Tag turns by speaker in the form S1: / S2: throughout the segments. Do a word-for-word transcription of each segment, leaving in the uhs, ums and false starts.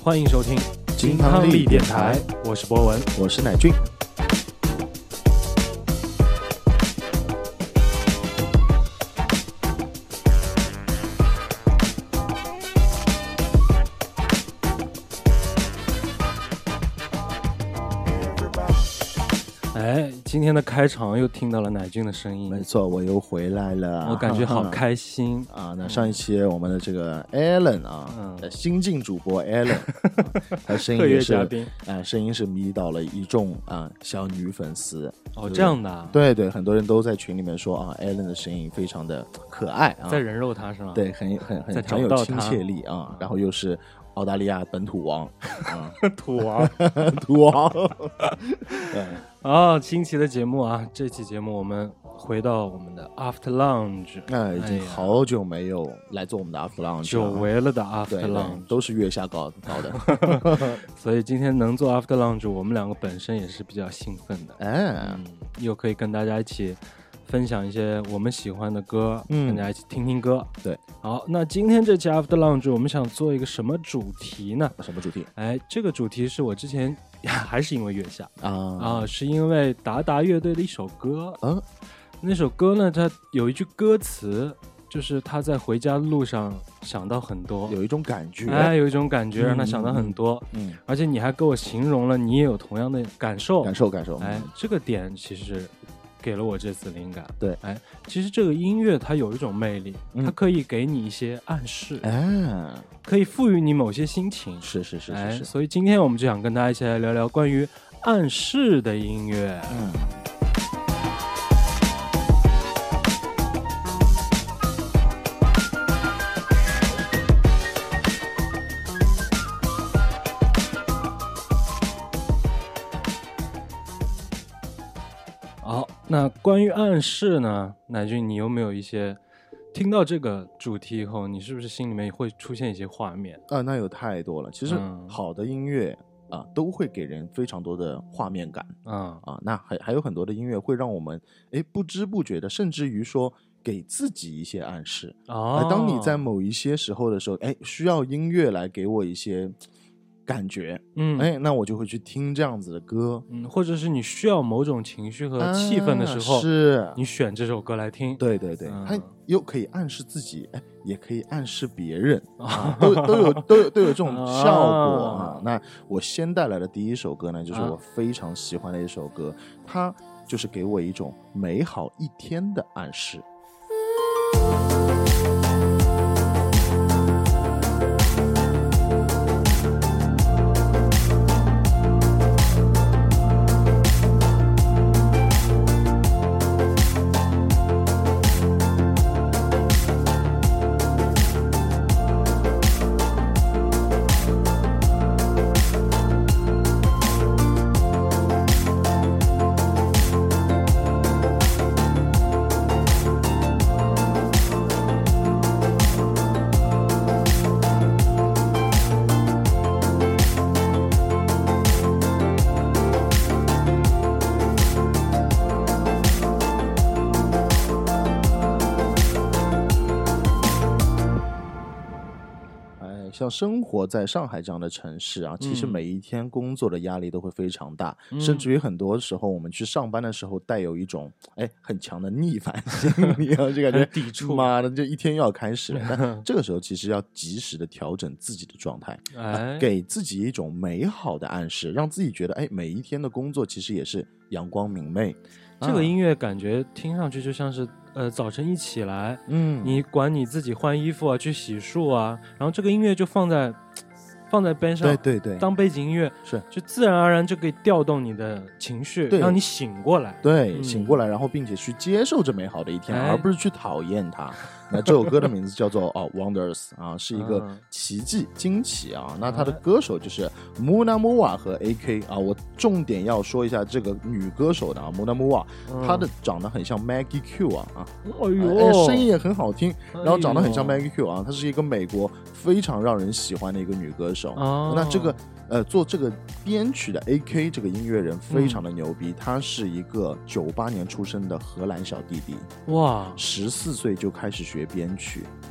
S1: 欢迎收听
S2: 金汤力电台，
S1: 我是博文，
S2: 我是乃俊。
S1: 哎，今天的开场又听到了乃俊的声音。
S2: 没错，我又回来了，
S1: 我感觉好开心
S2: 啊！那上一期我们的这个 Alan 啊，嗯、新晋主播 Alan， 他声音也是，哎、呃，声音是迷倒了一众啊小女粉丝。
S1: 哦，这样的、啊？
S2: 对对，很多人都在群里面说啊 ，Alan 的声音非常的可爱啊，
S1: 在人肉他是吗？
S2: 对，很很很很有亲切力啊，然后又是澳大利亚本土王，啊、
S1: 土王，
S2: 土王。对。
S1: 啊，新奇的节目啊！这期节目我们回到我们的 After Lounge，
S2: 哎，已经好久没有来做我们的 After Lounge，
S1: 久违了的 After Lounge，
S2: 都是月下高高的。
S1: 所以今天能做 After Lounge， 我们两个本身也是比较兴奋的。
S2: 哎、
S1: 嗯，又可以跟大家一起分享一些我们喜欢的歌，嗯，跟大家一起听听歌。
S2: 对，
S1: 好，那今天这期 After Lounge 我们想做一个什么主题呢？
S2: 什么主题？
S1: 哎，这个主题是我之前还是因为月下
S2: 啊
S1: 啊，是因为达达乐队的一首歌。
S2: 嗯、啊，
S1: 那首歌呢，它有一句歌词，就是他在回家的路上想到很多，
S2: 有一种感觉，
S1: 哎，有一种感觉让他想到很多。
S2: 嗯，嗯
S1: 而且你还给我形容了，你也有同样的感受，
S2: 感受感受。
S1: 哎，这个点其实给了我这次灵感。
S2: 对，
S1: 哎，其实这个音乐它有一种魅力，嗯、它可以给你一些暗示，
S2: 哎，
S1: 可以赋予你某些心情。
S2: 是是是是是、
S1: 哎。所以今天我们就想跟大家一起来聊聊关于暗示的音乐。
S2: 嗯。
S1: 好，那关于暗示呢，乃俊，你有没有一些听到这个主题以后，你是不是心里面会出现一些画面
S2: 啊？那有太多了。其实好的音乐、嗯、啊，都会给人非常多的画面感。
S1: 嗯
S2: 啊，那还还有很多的音乐会让我们哎不知不觉的，甚至于说给自己一些暗示。
S1: 哦、
S2: 呃，当你在某一些时候的时候，哎，需要音乐来给我一些感觉，
S1: 嗯，
S2: 哎，那我就会去听这样子的歌，
S1: 嗯，或者是你需要某种情绪和气氛的时候，
S2: 啊、是
S1: 你选这首歌来听，
S2: 对对对，
S1: 嗯、
S2: 它又可以暗示自己，哎，也可以暗示别人，啊、都都有都有都有这种效果啊。那我先带来的第一首歌呢，就是我非常喜欢的一首歌，啊、它就是给我一种美好一天的暗示。像生活在上海这样的城市啊，其实每一天工作的压力都会非常大，嗯、甚至于很多时候我们去上班的时候带有一种哎很强的逆反心理啊，就感觉
S1: 抵触，
S2: 妈的，这一天又要开始了。但这个时候其实要及时的调整自己的状态，
S1: 哎
S2: 啊，给自己一种美好的暗示，让自己觉得哎每一天的工作其实也是阳光明媚。
S1: 这个音乐感觉听上去就像是呃早晨一起来，
S2: 嗯，
S1: 你管你自己换衣服啊，去洗漱啊，然后这个音乐就放在放在边上，
S2: 对对对，
S1: 当背景音乐，
S2: 是
S1: 就自然而然就可以调动你的情绪，让你醒过来，
S2: 对，
S1: 嗯、
S2: 醒过来，然后并且去接受这美好的一天，哎、而不是去讨厌它。那这首歌的名字叫做哦 Wonders 啊，是一个奇迹、惊奇啊。那它的歌手就是 Muna Moa 和 A K 啊。我重点要说一下这个女歌手的啊 Muna Moa，她的长得很像 Maggie Q 啊啊，
S1: 哎呦，
S2: 声音也很好听，然后长得很像 Maggie Q 啊。她是一个美国非常让人喜欢的一个女歌手。
S1: 哦、
S2: 那这个。呃，做这个编曲的 A K 这个音乐人非常的牛逼，嗯、他是一个九八年出生的荷兰小弟弟，
S1: 哇，
S2: 十四岁就开始学编曲，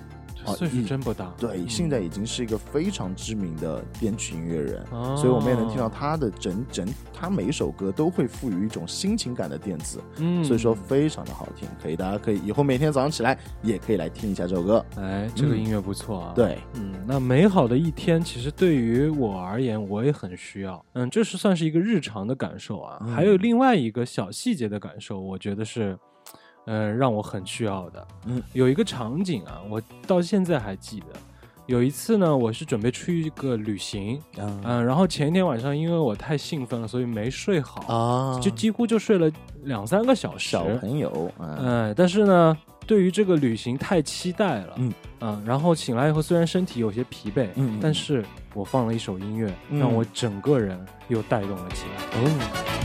S1: 岁数真不大。
S2: 对、嗯，现在已经是一个非常知名的编曲音乐人，
S1: 哦、
S2: 所以我们也能听到他的整整，他每一首歌都会赋予一种新情感的电子，嗯，所以说非常的好听，可以大家可以以后每天早上起来也可以来听一下这首歌。
S1: 哎，这个音乐不错啊。
S2: 嗯、对，
S1: 嗯，那美好的一天其实对于我而言我也很需要，嗯，这是算是一个日常的感受啊。嗯、还有另外一个小细节的感受，我觉得是。嗯，让我很需要的。嗯，有一个场景啊，我到现在还记得。有一次呢，我是准备出一个旅行，嗯，嗯然后前一天晚上因为我太兴奋了，所以没睡好啊，就几乎就睡了两三个小时。
S2: 小朋友，
S1: 嗯，嗯但是呢，对于这个旅行太期待了，嗯嗯，然后醒来以后虽然身体有些疲惫，嗯，但是我放了一首音乐，嗯、让我整个人又带动了起来。哦。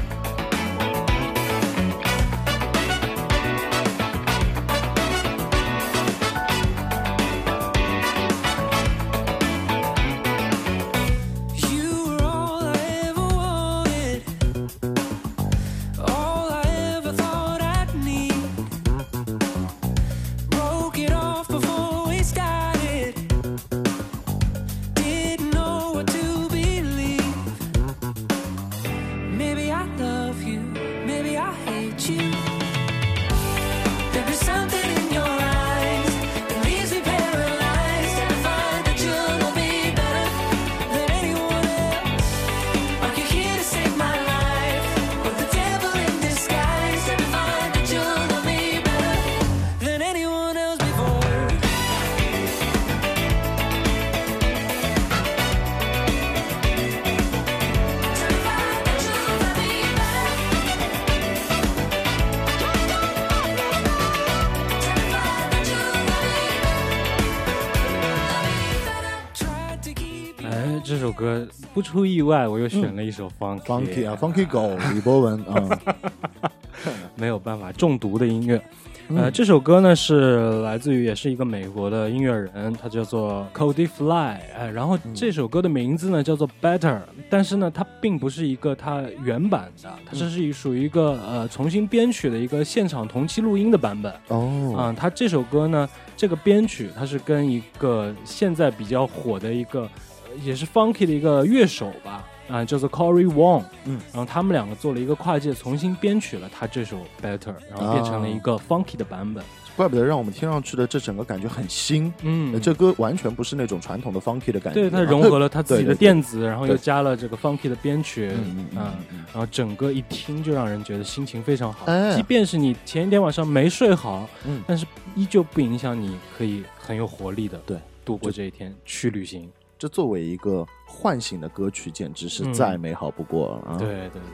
S1: 这首歌不出意外，我又选了一首 Funky、
S2: 嗯、Funky 啊 ，Funky Go 李博文啊，
S1: 没有办法，中毒的音乐。呃，嗯、这首歌呢是来自于也是一个美国的音乐人，他叫做 Cody Fly， 哎，然后这首歌的名字呢叫做 Better， 但是呢它并不是一个它原版的，它是是属于一个呃重新编曲的一个现场同期录音的版本。哦，啊、呃，它这首歌呢这个编曲它是跟一个现在比较火的一个。也是 Funky 的一个乐手吧，啊、呃，叫做 Cory Wong， 嗯，然后他们两个做了一个跨界，重新编曲了他这首 Better， 然后变成了一个 Funky 的版本。啊、
S2: 怪不得让我们听上去的这整个感觉很新，嗯，这歌完全不是那种传统的 Funky 的感觉，
S1: 对，它融合了他自己的电子，然后又加了这个 Funky 的编曲，嗯嗯、啊，然后整个一听就让人觉得心情非常好，哎、即便是你前一天晚上没睡好，嗯，但是依旧不影响你可以很有活力的对度过这一天去旅行。
S2: 这作为一个唤醒的歌曲，简直是再美好不过了、嗯
S1: 啊！对对对。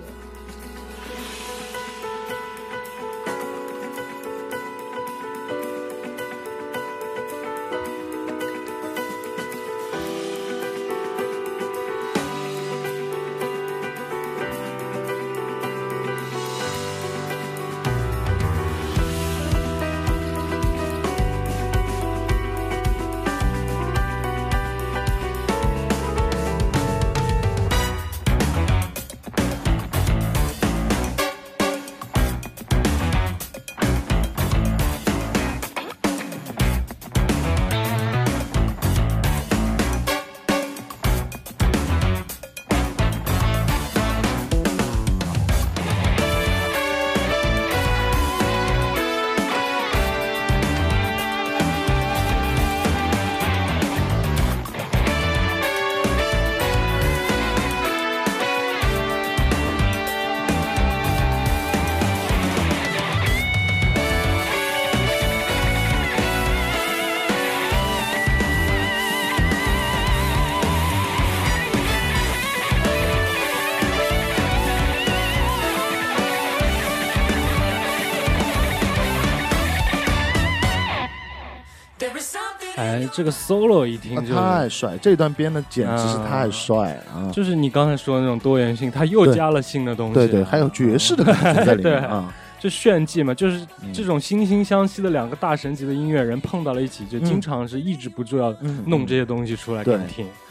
S1: 哎，这个 solo 一听就、
S2: 啊、太帅，这段编的简直是太帅啊、
S1: 嗯！就是你刚才说的那种多元性，它又加了新的东西，
S2: 对 对, 对，还有爵士的感觉在里面啊。
S1: 就炫技嘛，就是这种惺惺相惜的两个大神级的音乐人碰到了一起，就经常是抑制不住要弄这些东西出来给你听。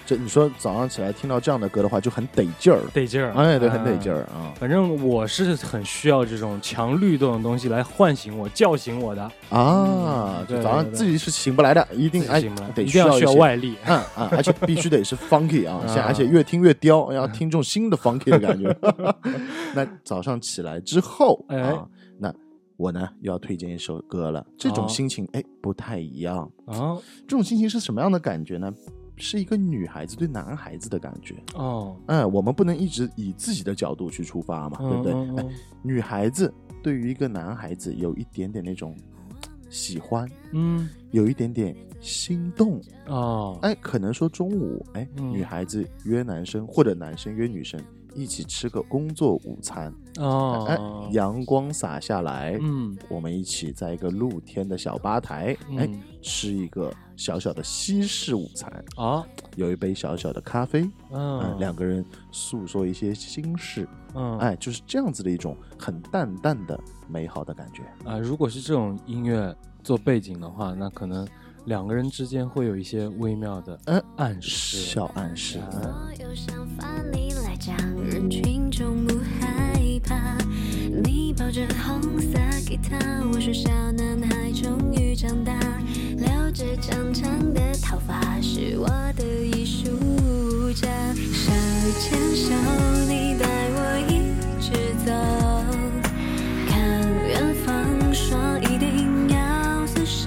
S2: 这你说早上起来听到这样的歌的话，就很得劲儿，
S1: 得劲儿，
S2: 哎，对，很得劲儿啊。
S1: 反正我是很需要这种强律动的东西来唤醒我、叫醒我的
S2: 啊。就早上自己是醒不来的，一定哎得
S1: 需要需要外力，
S2: 嗯啊，而且必须得是 funky 啊，现在而且越听越刁，要听这种新的 funky 的感觉。那早上起来之后啊，那我呢又要推荐一首歌了，这种心情哎不太一样啊。这种心情是什么样的感觉呢？是一个女孩子对男孩子的感觉哦，哎，我们不能一直以自己的角度去出发嘛，嗯、对不对、嗯哎？女孩子对于一个男孩子有一点点那种喜欢，嗯，有一点点心动哦，哎，可能说中午，哎，嗯、女孩子约男生或者男生约女生一起吃个工作午餐哦，哎，阳光洒下来，嗯，我们一起在一个露天的小吧台，嗯、哎，吃一个小小的西式午餐啊，有一杯小小的咖啡，嗯、呃，两个人诉说一些心事，嗯，哎，就是这样子的一种很淡淡的美好的感觉
S1: 啊。如果是这种音乐做背景的话，那可能两个人之间会有一些微妙的嗯暗示，
S2: 小暗示。
S3: 我有想法你来讲，人群中不害怕。你抱着红色吉他，我说小男孩终于长大，留着长长的头发是我的艺术家。手牵手，你带我一直走，看远方说一定要厮守。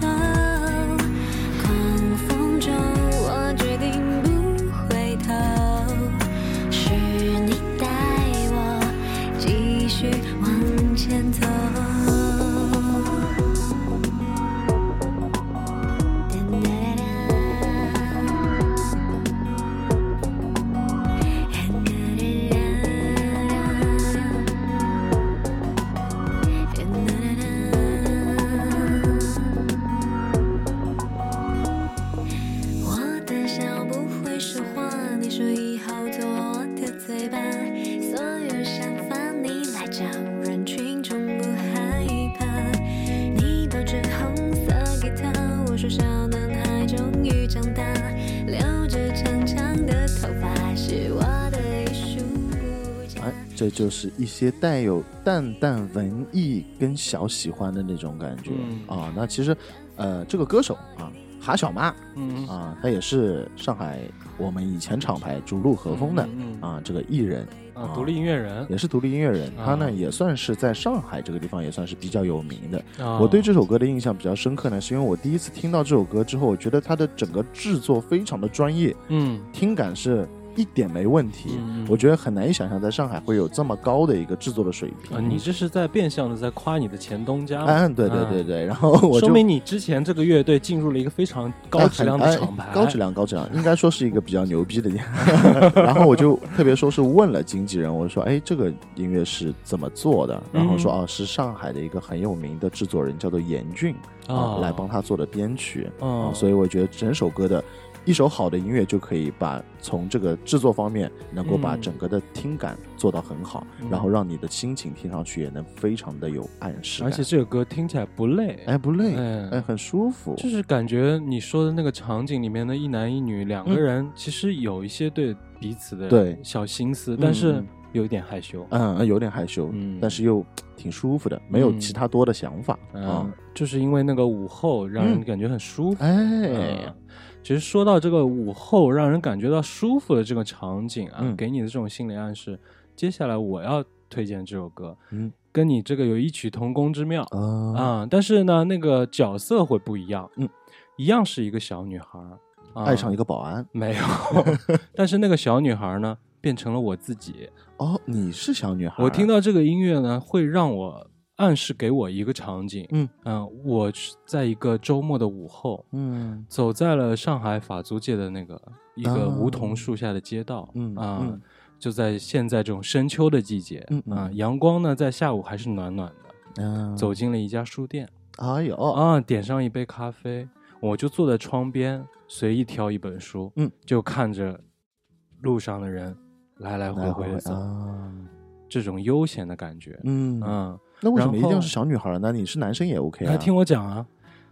S2: 这就是一些带有淡淡文艺跟小喜欢的那种感觉、嗯、啊。那其实呃这个歌手啊哈小妈嗯啊，她也是上海我们以前厂牌逐鹿和风的、嗯嗯、啊这个艺人
S1: 啊，独立音乐人，
S2: 也是独立音乐人，他呢、啊、也算是在上海这个地方也算是比较有名的、啊、我对这首歌的印象比较深刻呢，是因为我第一次听到这首歌之后，我觉得它的整个制作非常的专业，嗯，听感是一点没问题、嗯、我觉得很难以想象在上海会有这么高的一个制作的水平、
S1: 啊、你这是在变相的在夸你的前东家
S2: 嗯，对对对对、啊、然后我就
S1: 说明你之前这个乐队进入了一个非常高质量的厂牌、
S2: 哎哎、高质量高质量应该说是一个比较牛逼的然后我就特别说是问了经纪人，我说哎这个音乐是怎么做的，然后说、嗯、哦是上海的一个很有名的制作人叫做严俊、哦、啊来帮他做的编曲、哦啊、所以我觉得整首歌的一首好的音乐就可以把从这个制作方面能够把整个的听感做到很好、嗯、然后让你的心情听上去也能非常的有暗示感，
S1: 而且这个歌听起来不累，
S2: 哎不累 哎, 哎很舒服，
S1: 就是感觉你说的那个场景里面的一男一女两个人其实有一些对彼此的小心思、嗯、但是有一点害羞，
S2: 嗯有点害羞、嗯、但是又挺舒服的，没有其他多的想法、
S1: 嗯啊、就是因为那个午后让人感觉很舒服、
S2: 嗯、哎、
S1: 嗯其实说到这个午后让人感觉到舒服的这个场景啊、嗯、给你的这种心理暗示，接下来我要推荐这首歌、嗯、跟你这个有异曲同工之妙、哦、啊，但是呢那个角色会不一样，嗯，一样是一个小女孩、
S2: 啊、爱上一个保安
S1: 没有但是那个小女孩呢变成了我自己。
S2: 哦，你是小女孩。
S1: 我听到这个音乐呢会让我暗示给我一个场景，嗯嗯、呃，我在一个周末的午后，嗯，走在了上海法租界的那个一个梧桐树下的街道，嗯啊、呃嗯，就在现在这种深秋的季节，嗯啊、呃，阳光呢在下午还是暖暖的，嗯，走进了一家书店，
S2: 哎呦
S1: 啊，点上一杯咖啡，我就坐在窗边随意挑一本书，嗯，就看着路上的人来来回回的走，啊、这种悠闲的感觉，嗯嗯。
S2: 那为什么一定是小女孩呢？你是男生也 OK 啊？
S1: 来听我讲啊，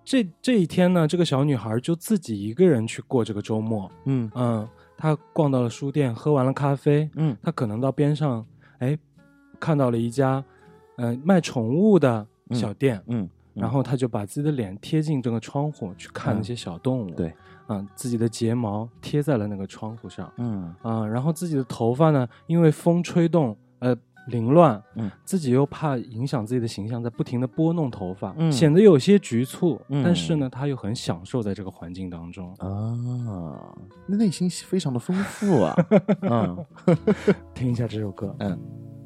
S1: 这这一天呢，这个小女孩就自己一个人去过这个周末。
S2: 嗯
S1: 嗯，她逛到了书店，喝完了咖啡。
S2: 嗯，
S1: 她可能到边上，哎，看到了一家，呃，卖宠物的小店。
S2: 嗯，嗯嗯
S1: 然后她就把自己的脸贴近这个窗户去看那些小动物。
S2: 嗯、对，
S1: 嗯，自己的睫毛贴在了那个窗户上。
S2: 嗯
S1: 啊，然后自己的头发呢，因为风吹动，呃。凌乱，
S2: 嗯，
S1: 自己又怕影响自己的形象，在不停的拨弄头发，
S2: 嗯，
S1: 显得有些局促，
S2: 嗯，
S1: 但是呢，他又很享受在这个环境当中
S2: 啊，那内心非常的丰富啊，嗯，
S1: 听一下这首歌，
S2: 嗯。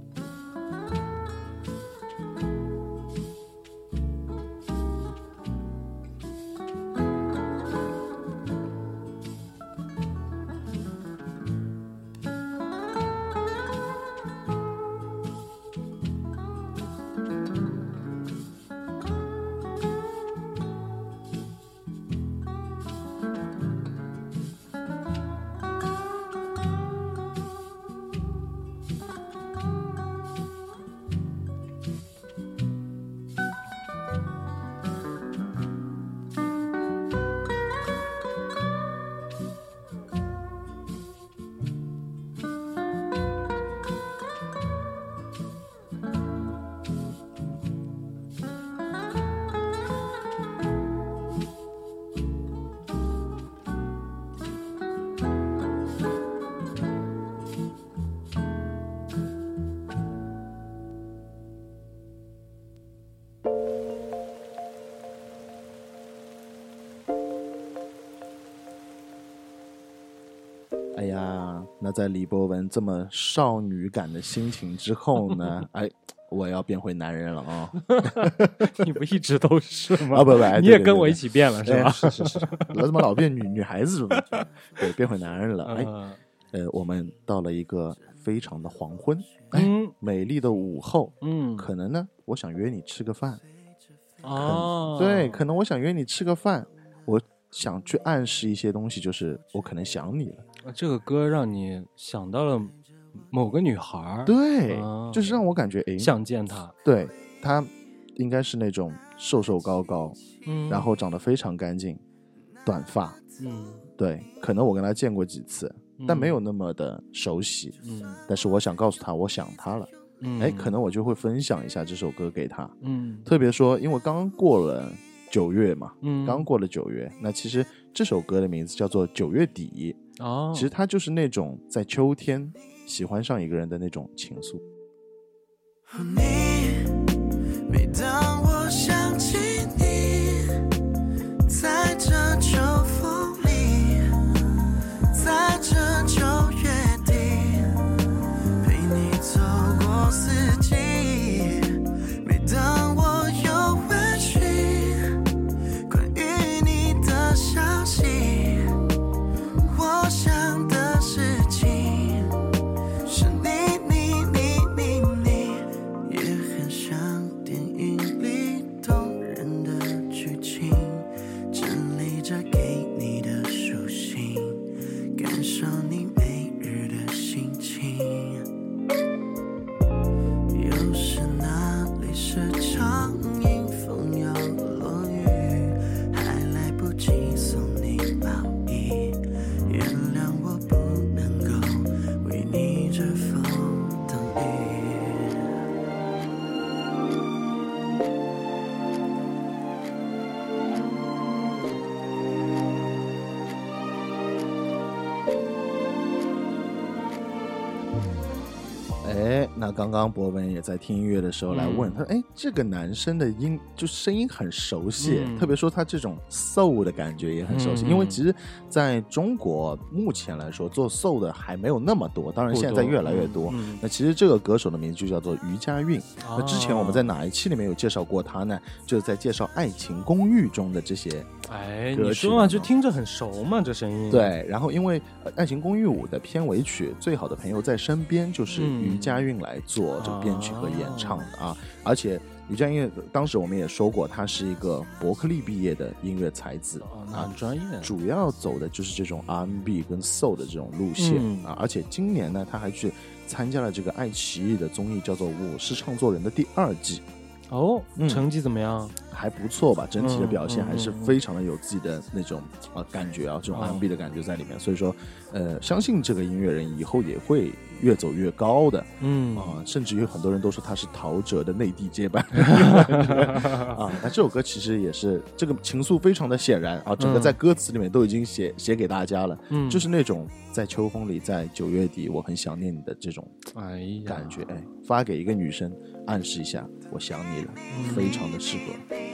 S2: 哎呀，那在李博文这么少女感的心情之后呢，哎，我要变回男人了啊！
S1: 你不一直都是吗？
S2: 啊不不，哎、
S1: 你也跟我一起变了是吧？
S2: 哎、是是是，我怎么老变女女孩子了？对，变回男人了。哎，
S1: 嗯、
S2: 呃，我们到了一个非常的黄昏，哎，
S1: 嗯、
S2: 美丽的午后，
S1: 嗯，
S2: 可能呢，我想约你吃个饭。
S1: 哦，
S2: 对，可能我想约你吃个饭，我想去暗示一些东西，就是我可能想你了。
S1: 这个歌让你想到了某个女孩，
S2: 对、
S1: 啊，
S2: 就是让我感觉哎，
S1: 想见她。
S2: 对，她应该是那种瘦瘦高高，
S1: 嗯，
S2: 然后长得非常干净，短发，
S1: 嗯，
S2: 对，可能我跟她见过几次，
S1: 嗯、
S2: 但没有那么的熟悉，
S1: 嗯，
S2: 但是我想告诉她我想她了，
S1: 嗯，
S2: 哎，可能我就会分享一下这首歌给她，
S1: 嗯，
S2: 特别说，因为刚刚过了九月嘛，
S1: 嗯，
S2: 刚过了九月，那其实这首歌的名字叫做《九月底》。
S1: 哦，
S2: 其实它就是那种在秋天喜欢上一个人的那种情愫。
S4: 你，每当我想起你，在这秋风里，在这九月底，陪你走过四季。每当我有问询关于你的消息，我想的事情是你你你你你，也很像电影里动人的剧情，整理着给你的书信，感受你每日的心情。有时那里是场迎风要落雨，还来不及送你抱衣，原谅我不能够为你遮风挡雨。
S2: 哎，那刚刚博文也在听音乐的时候来问、
S1: 嗯、
S2: 他，哎，这个男生的音就声音很熟悉、
S1: 嗯、
S2: 特别说他这种 soul 的感觉也很熟悉、嗯、因为其实在中国目前来说做 soul 的还没有那么多，当然现在在越来越多、
S1: 嗯、
S2: 那其实这个歌手的名字就叫做余佳韵、哦、那之前我们在哪一期里面有介绍过他呢？就是在介绍爱情公寓中的这些
S1: 哎，你说嘛，就听着很熟嘛，这声音。
S2: 对，然后因为、呃、爱情公寓五的片尾曲最好的朋友在身边就是余佳韵来做这个编曲和演唱的、嗯、啊，而且余佳韵当时我们也说过，他是一个伯克利毕业的音乐才子、
S1: 哦、那很专业、啊、
S2: 主要走的就是这种 R and B 跟 Soul 的这种路线、嗯、啊，而且今年呢他还去参加了这个爱奇艺的综艺叫做《我是唱作人》的第二季
S1: 哦，
S2: 嗯
S1: 成绩怎么样？
S2: 还不错吧，整体的表现
S1: 嗯嗯
S2: 还是非常的有自己的那种啊、呃感觉啊，这种
S1: 哦
S2: R and B 的感觉在里面。所以说，呃，相信这个音乐人以后也会越走越高的。
S1: 嗯
S2: 啊、甚至有很多人都说他是陶喆的内地接班啊。那这首歌其实也是这个情愫非常的显然啊，整个在歌词里面都已经写写给大家了，
S1: 嗯，
S2: 就是那种在秋风里，在九月底，我很想念你的这种
S1: 哎呀
S2: 感觉。哎，发给一个女生，暗示一下我想你了，
S1: 嗯
S2: 非常的适合。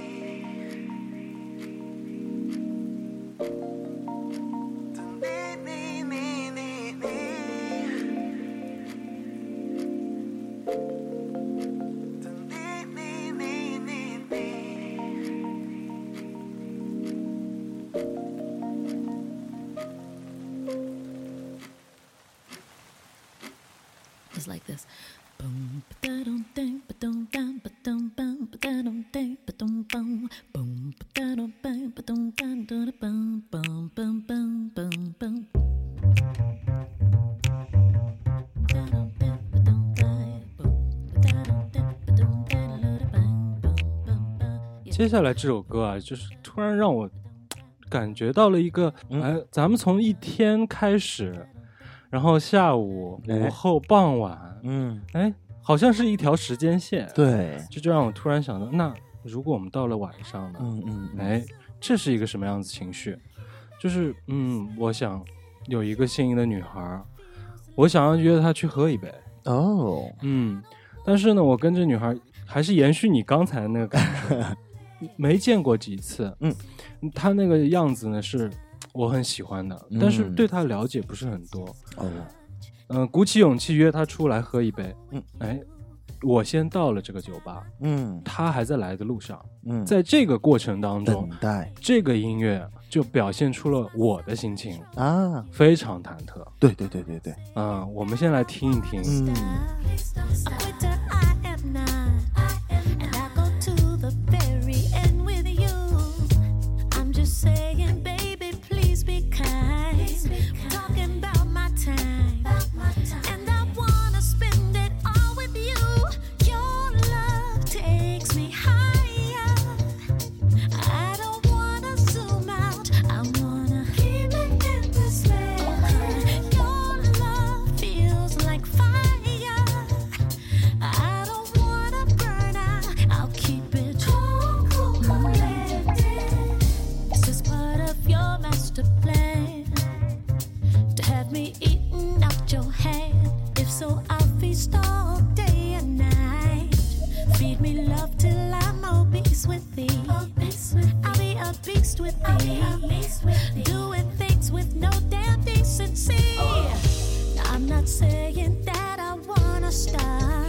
S3: It's like this. Boom, ba-da-dum, ding, ba-dum, bam, ba-dum, bam, ba-da-dum, ding, ba-dum, bam, boom, ba-da-dum, bam, ba-dum, bam, da-da-bum, bum, bum, bum, bum, bum. Ba-dum, bam, ba-dum, bam, boom, ba-da-dum, ding, ba-dum, da-da-da-bam, bum, bum, bum.
S1: 接下来这首歌啊，就是突然让我感觉到了一个，
S2: 嗯
S1: 哎，咱们从一天开始，然后下午、
S2: 哎
S1: 午后、傍晚，
S2: 嗯，
S1: 哎，好像是一条时间线。，
S2: 对，
S1: 这就让我突然想到，那如果我们到了晚上呢？
S2: 嗯嗯，嗯
S1: 哎，这是一个什么样子情绪？就是，嗯，我想有一个心仪的女孩，我想要约她去喝一杯。
S2: 哦，
S1: 嗯，但是呢，我跟这女孩还是延续你刚才的那个感觉，没见过几次。
S2: 嗯，
S1: 她那个样子呢是我很喜欢的，
S2: 嗯
S1: 但是对她了解不是很多。
S2: 哦，
S1: 嗯、鼓起勇气约她出来喝一杯。
S2: 嗯，
S1: 哎，我先到了这个酒吧，
S2: 嗯
S1: 她还在来的路上。
S2: 嗯，
S1: 在这个过程当中
S2: 等，待
S1: 这个音乐就表现出了我的心情，
S2: 啊，
S1: 非常忐忑。
S2: 对对对对对，
S1: 嗯，我们先来听一听。
S2: 嗯
S3: A quitter I am not, and I go to the very end with you. I'm just saying, baby, please be kind. We're talking about my time, and I wanna spend it all with you. Your love takes me higher. I don't wanna zoom out. I wanna keep it in this way. Your love feels like fire. I don't wanna burn out. I'll keep it cool, cool, cool. Is this part of your master plan? To have me eating out your hand? If so, I'll feast all day and night. Feed me love till I'm obese with thee. I'll be a beast with thee. Doing things with no damn decency. I'm not saying that I wanna stop.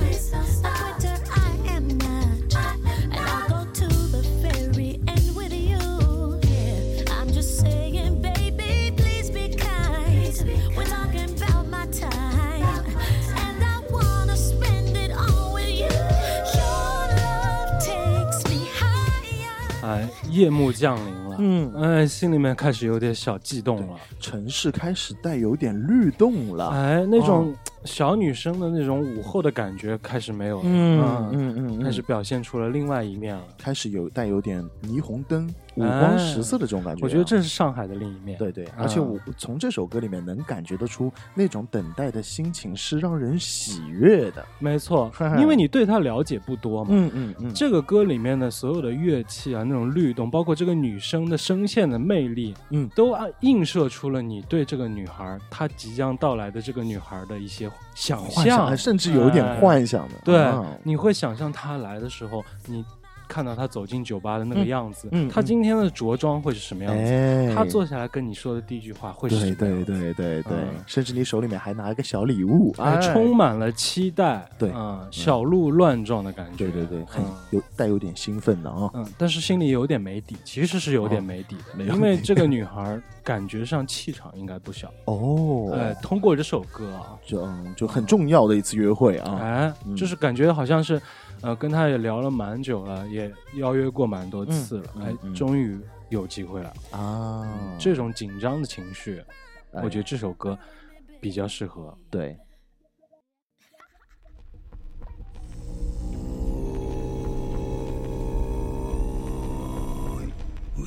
S3: A quitter I am not, and I'll go to the very end with you. Yeah, I'm just saying, baby, please be kind. We're talking about my time, and I wanna spend it all with you. Your love takes me higher.
S1: 哎，夜幕降临了，
S2: 嗯，
S1: 哎，心里面开始有点小悸动了。
S2: 城市开始带有点律动了，
S1: 哎，那种小女生的那种午后的感觉开始没有了，
S2: 嗯
S1: 嗯
S2: 嗯嗯，
S1: 开始表现出了另外一面了。
S2: 开始有带有点霓虹灯、五光十色的这种感觉啊、
S1: 我觉得这是上海的另一面。
S2: 对对，
S1: 嗯
S2: 而且我从这首歌里面能感觉得出那种等待的心情是让人喜悦的。
S1: 没错，因为你对她了解不多嘛。
S2: 嗯嗯嗯，
S1: 这个歌里面的所有的乐器啊，那种律动，包括这个女生的声线的魅力，
S2: 嗯
S1: 都啊映射出了你对这个女孩，她即将到来的这个女孩的一些想
S2: 幻想，
S1: 象，
S2: 甚至有点幻想的。
S1: 对，
S2: 啊
S1: 你会想象她来的时候，你看到她走进酒吧的那个样子，
S2: 嗯嗯
S1: 她今天的着装会是什么样子？
S2: 哎，
S1: 她坐下来跟你说的第一句话会是什
S2: 对
S1: 么样子？
S2: 对对对对，
S1: 嗯
S2: 甚至你手里面还拿一个小礼物，
S1: 哎，
S2: 哎，
S1: 充满了期待，
S2: 对
S1: 嗯，小鹿乱撞的感觉，
S2: 对对对，很
S1: 嗯
S2: 有带有点兴奋的啊。
S1: 嗯，但是心里有点没底，其实是有点没底的，
S2: 哦
S1: 因为这个女孩感觉上气场应该不小。
S2: 哦，
S1: 哎，通过这首歌啊，
S2: 就嗯就很重要的一次约会啊。
S1: 哎，
S2: 嗯
S1: 就是感觉好像是，呃，跟她也聊了蛮久了，也邀约过蛮多次了，哎
S2: 嗯嗯嗯，
S1: 终于有机会了。
S2: 啊，
S1: 这种紧张的情绪，
S2: 哎
S1: 我觉得这首歌比较适合。
S2: 对。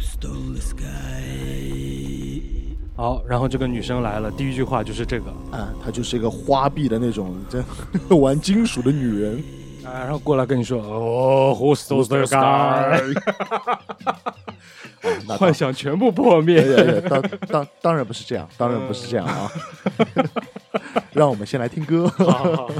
S1: 好，然后这个女生来了，第一句话就是这个
S2: 啊，她就是一个花臂的那种真玩金属的女人
S1: 啊，然后过来跟你说哦 ，Who stole the sky？ 啊、幻想全部破灭。
S2: 对对对，当当当然不是这样，当然不是这样啊！让我们先来听歌。
S1: 好好好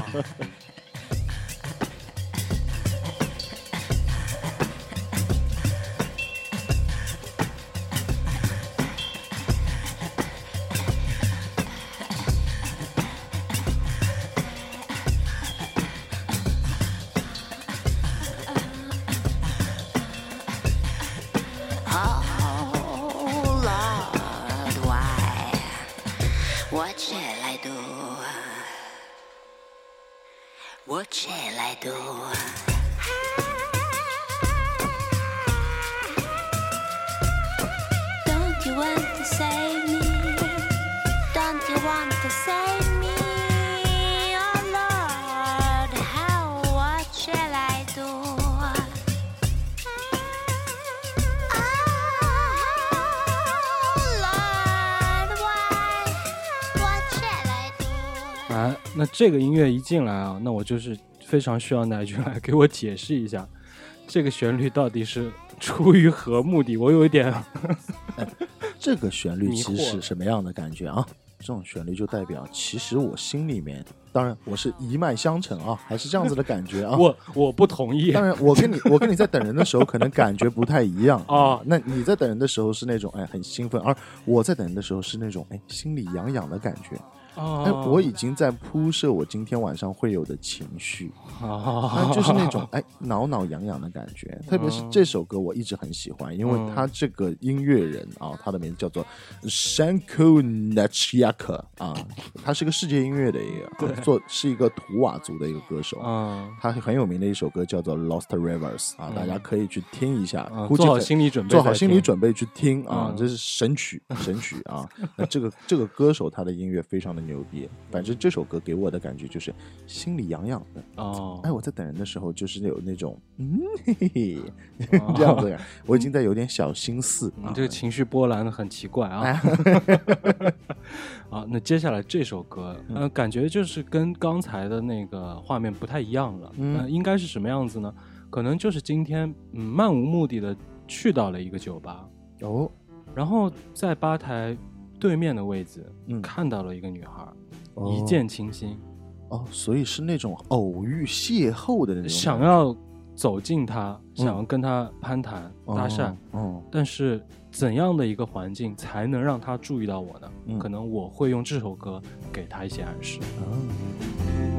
S3: What shall I do? Don't you want to save me? Don't you want to save me? Oh Lord, how, what shall I do? Oh Lord, why, what shall I do?
S1: 啊，那这个音乐一进来啊，那我就是非常需要乃君来给我解释一下，这个旋律到底是出于何目的？我有一点
S2: 哎，这个旋律其实是什么样的感觉啊？这种旋律就代表，其实我心里面，当然我是一脉相承啊，还是这样子的感觉啊。
S1: 我我不同意。
S2: 当然，我跟你我跟你在等人的时候，可能感觉不太一样
S1: 啊、
S2: 哦。那你在等人的时候是那种哎很兴奋，而我在等人的时候是那种哎心里痒痒的感觉。
S1: 哦、
S2: 哎，我已经在铺设我今天晚上会有的情绪，
S1: 哦、
S2: 它就是那种哎挠挠痒痒的感觉。特别是这首歌，我一直很喜欢，因为他这个音乐人啊，他的名字叫做 Shanko Nachyaka 啊，他是个世界音乐的一个，啊、做是一个图瓦族的一个歌手。
S1: 嗯，
S2: 他很有名的一首歌叫做 Lost Rivers 啊，嗯、大家可以去听一下，
S1: 嗯、
S2: 估计
S1: 做好心理准备，
S2: 做好心理准备去听啊，
S1: 嗯、
S2: 这是神曲神曲啊。那这个这个歌手他的音乐非常的牛逼，反正这首歌给我的感觉就是心里痒痒的
S1: 哦。
S2: 哎，我在等人的时候就是有那种嗯嘿嘿嘿、哦、这样子，我已经在有点小心思。
S1: 你、嗯、这个情绪波澜很奇怪啊。
S2: 哎、
S1: 好，那接下来这首歌，嗯、呃，感觉就是跟刚才的那个画面不太一样了。嗯、呃，应该是什么样子呢？可能就是今天嗯漫无目的的去到了一个酒吧
S2: 哦，
S1: 然后在吧台对面的位置，
S2: 嗯，
S1: 看到了一个女孩，
S2: 哦、
S1: 一见倾心。
S2: 哦，所以是那种偶遇邂逅的那种，
S1: 想要走近她，想要跟她攀谈、
S2: 嗯、
S1: 搭讪，
S2: 哦，
S1: 但是怎样的一个环境才能让她注意到我呢？嗯、可能我会用这首歌给她一些暗示。嗯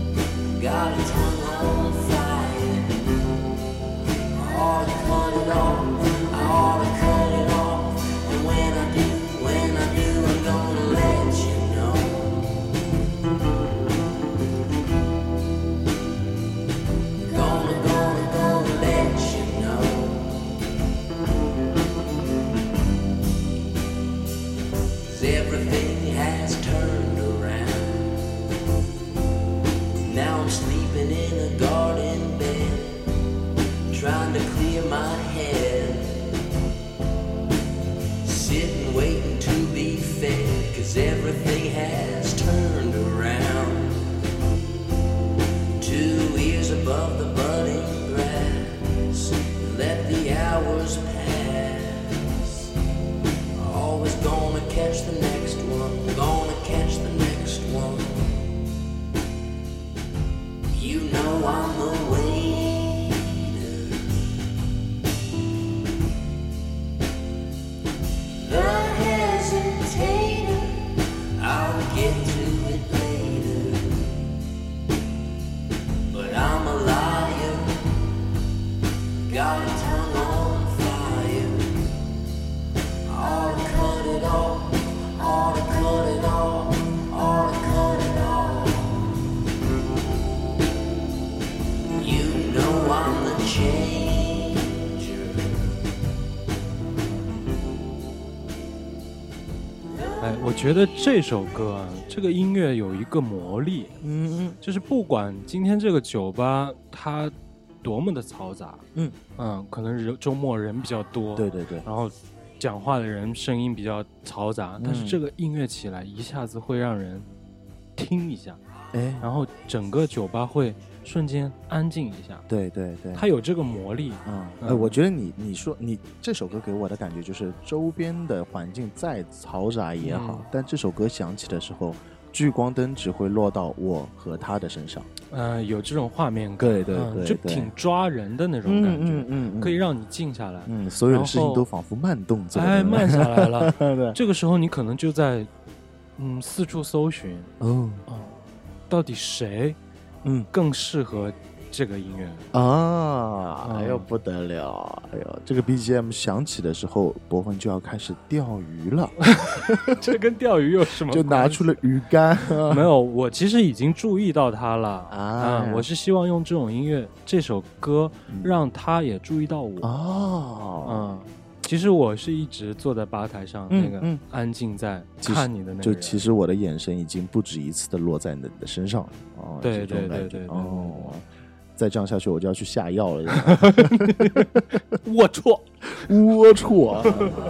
S3: Got it on fire, all cut it off.
S5: hours pass. Always gonna catch the next one, gonna catch the next one. You know I'm the waiter, the hesitator. I'll get to it later, but I'm a liar, got a tongue on fire. Ought to cut it off, ought to cut it off, ought to cut it off. You know I'm the changer.
S1: 哎，我觉得这首歌啊，这个音乐有一个魔力，
S2: 嗯
S1: 就是不管今天这个酒吧它多么的嘈杂，
S2: 嗯
S1: 嗯，可能人周末人比较多，
S2: 对对对，
S1: 然后讲话的人声音比较嘈杂，但是这个音乐起来一下子会让人听一下，
S2: 哎，
S1: 然后整个酒吧会瞬间安静一下，
S2: 对对对，
S1: 它有这个魔力。
S2: 嗯，
S1: 嗯
S2: 呃，我觉得你你说你这首歌给我的感觉就是周边的环境再嘈杂也好，
S1: 嗯
S2: 但这首歌响起的时候，聚光灯只会落到我和他的身上。
S1: 呃，有这种画面感，
S2: 对对
S1: 嗯
S2: 对对
S1: 就挺抓人的那种感觉，
S2: 嗯嗯嗯
S1: 可以让你静下来，
S2: 嗯，所有的事情
S1: 然后
S2: 都仿佛慢动作，
S1: 哎，慢下来了。
S2: 对，
S1: 这个时候你可能就在嗯四处搜寻，
S2: 哦，
S1: 哦，到底谁
S2: 嗯
S1: 更适合这个音乐？
S2: 啊，
S1: 嗯
S2: 哎呦不得了，哎呦，这个 B G M 响起的时候，博文就要开始钓鱼了，
S1: 这跟钓鱼有什么
S2: 就拿出了鱼竿，
S1: 没有，我其实已经注意到他了
S2: 啊
S1: 嗯我是希望用这种音乐，这首歌让他也注意到我。
S2: 哦，
S1: 嗯，其实我是一直坐在吧台上，
S2: 嗯
S1: 那个
S2: 嗯
S1: 安静在
S2: 其实
S1: 看你的那个人。
S2: 就其实我的眼神已经不止一次的落在你的身上了，哦，
S1: 对
S2: 是这种
S1: 对对
S2: 感觉
S1: 对对对
S2: 哦，再这样下去我就要去下药了，
S1: 龌龊。
S2: 龌龊。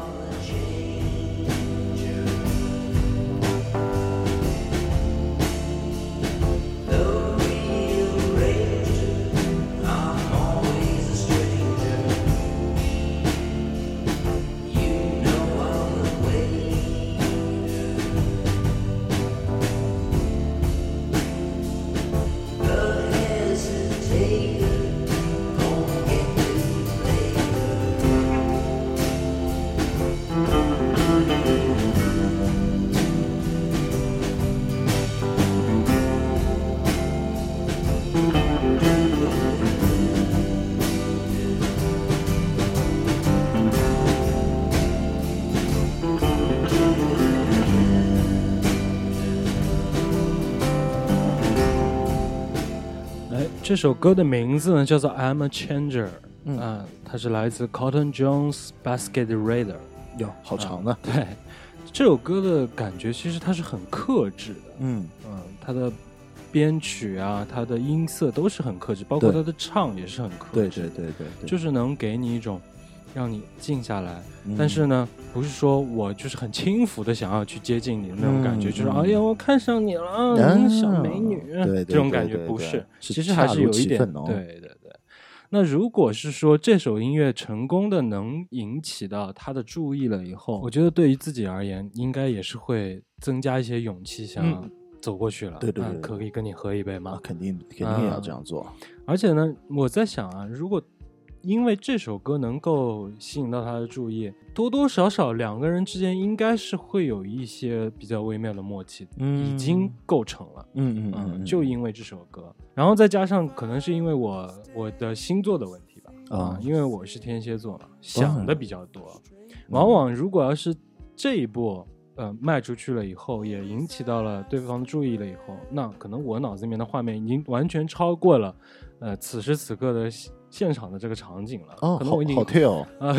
S1: 这首歌的名字呢叫做 I'm a Changer，
S2: 嗯
S1: 啊，它是来自 Cotton Jones Basket Raider。
S2: 哟，好长呢。
S1: 对，这首歌的感觉其实它是很克制的，
S2: 嗯
S1: 嗯，它的编曲啊，它的音色都是很克制，包括
S2: 对
S1: 它的唱也是很克
S2: 对
S1: 制，
S2: 对对对对，
S1: 就是能给你一种让你静下来，
S2: 嗯
S1: 但是呢，不是说我就是很轻浮的想要去接近你的那种感觉，
S2: 嗯
S1: 就是
S2: 嗯
S1: 哎呀，我看上你了，
S2: 啊
S1: 嗯，小美女，
S2: 对对
S1: 这种感觉
S2: 对对对
S1: 不是，
S2: 是
S1: 其实还是有一点，
S2: 恰如其分哦
S1: 对对对。那如果是说这首音乐成功的能引起到他的注意了以后，我觉得对于自己而言，应该也是会增加一些勇气，想要走过去了。
S2: 对对对
S1: 嗯可以跟你喝一杯吗
S2: 啊？，肯定肯定也要这样做。
S1: 而且呢，我在想啊，如果因为这首歌能够吸引到他的注意，多多少少两个人之间应该是会有一些比较微妙的默契，
S2: 嗯
S1: 已经构成了。
S2: 嗯嗯
S1: 嗯，
S2: 嗯，
S1: 就因为这首歌，然后再加上可能是因为我我的星座的问题吧，
S2: 啊
S1: 因为我是天蝎座嘛，想的比较多，往往如果要是这一步呃迈出去了以后，也引起到了对方的注意了以后，那可能我脑子里面的画面已经完全超过了呃此时此刻的现现场的这个场景了，
S2: 哦，
S1: 可能我已经
S2: 好 hotel
S1: 啊，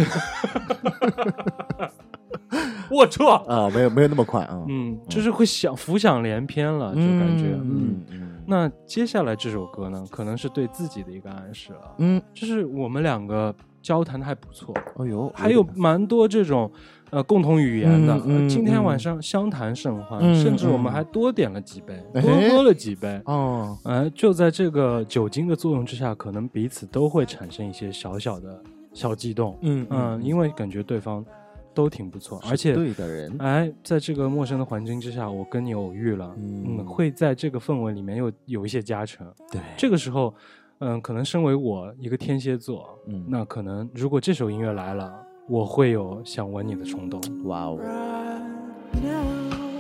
S1: 龌龊，
S2: 啊，没有没有那么快啊。
S1: 嗯，就是会想浮想联翩了，就感觉嗯。
S2: 嗯嗯
S1: 那接下来这首歌呢，可能是对自己的一个暗示了，
S2: 嗯，
S1: 就是我们两个交谈的还不错，
S2: 哎呦，
S1: 还有蛮多这种呃共同语言的，
S2: 嗯嗯
S1: 呃今天晚上相谈甚欢，
S2: 嗯
S1: 甚至我们
S2: 嗯
S1: 还多点了几杯，
S2: 哎
S1: 多喝了几杯，
S2: 哦，
S1: 呃，就在这个酒精的作用之下，可能彼此都会产生一些小小的小悸动，
S2: 嗯
S1: 嗯，因为感觉对方都挺不错，而且
S2: 对的人，
S1: 哎，在这个陌生的环境之下，我跟你偶遇了，
S2: 嗯
S1: 嗯，会在这个氛围里面有有一些加成。
S2: 对，
S1: 这个时候，嗯，可能身为我一个天蝎座，
S2: 嗯
S1: 那可能如果这首音乐来了，我会有想吻你的冲动。
S2: 哇哦。
S4: right now.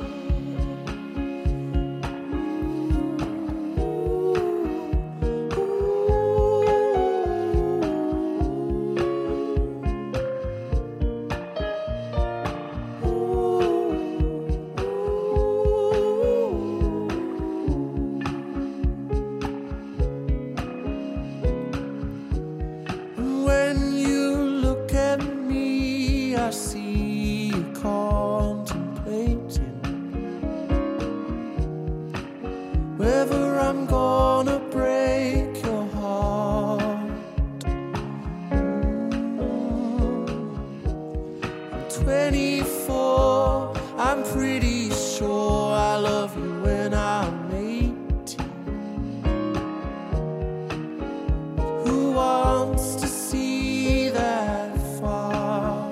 S4: When you look at me, I see you contemplating whether I'm gonna break your heart. Mm. I'm twenty-four, I'm pretty sure I love you when I'm eighteen. Who wants to see that far?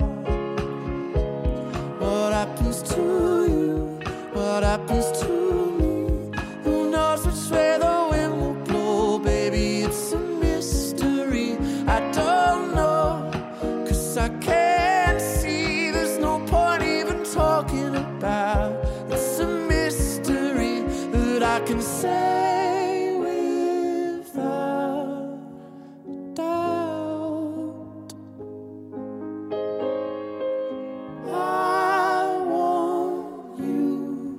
S4: What happens to you? What happens to me? Who knows which way the wind will blow? Baby, it's a mystery. I don't know, 'cause I can't see. There's no point even talking about. It's a mystery that I can say without doubt. I want you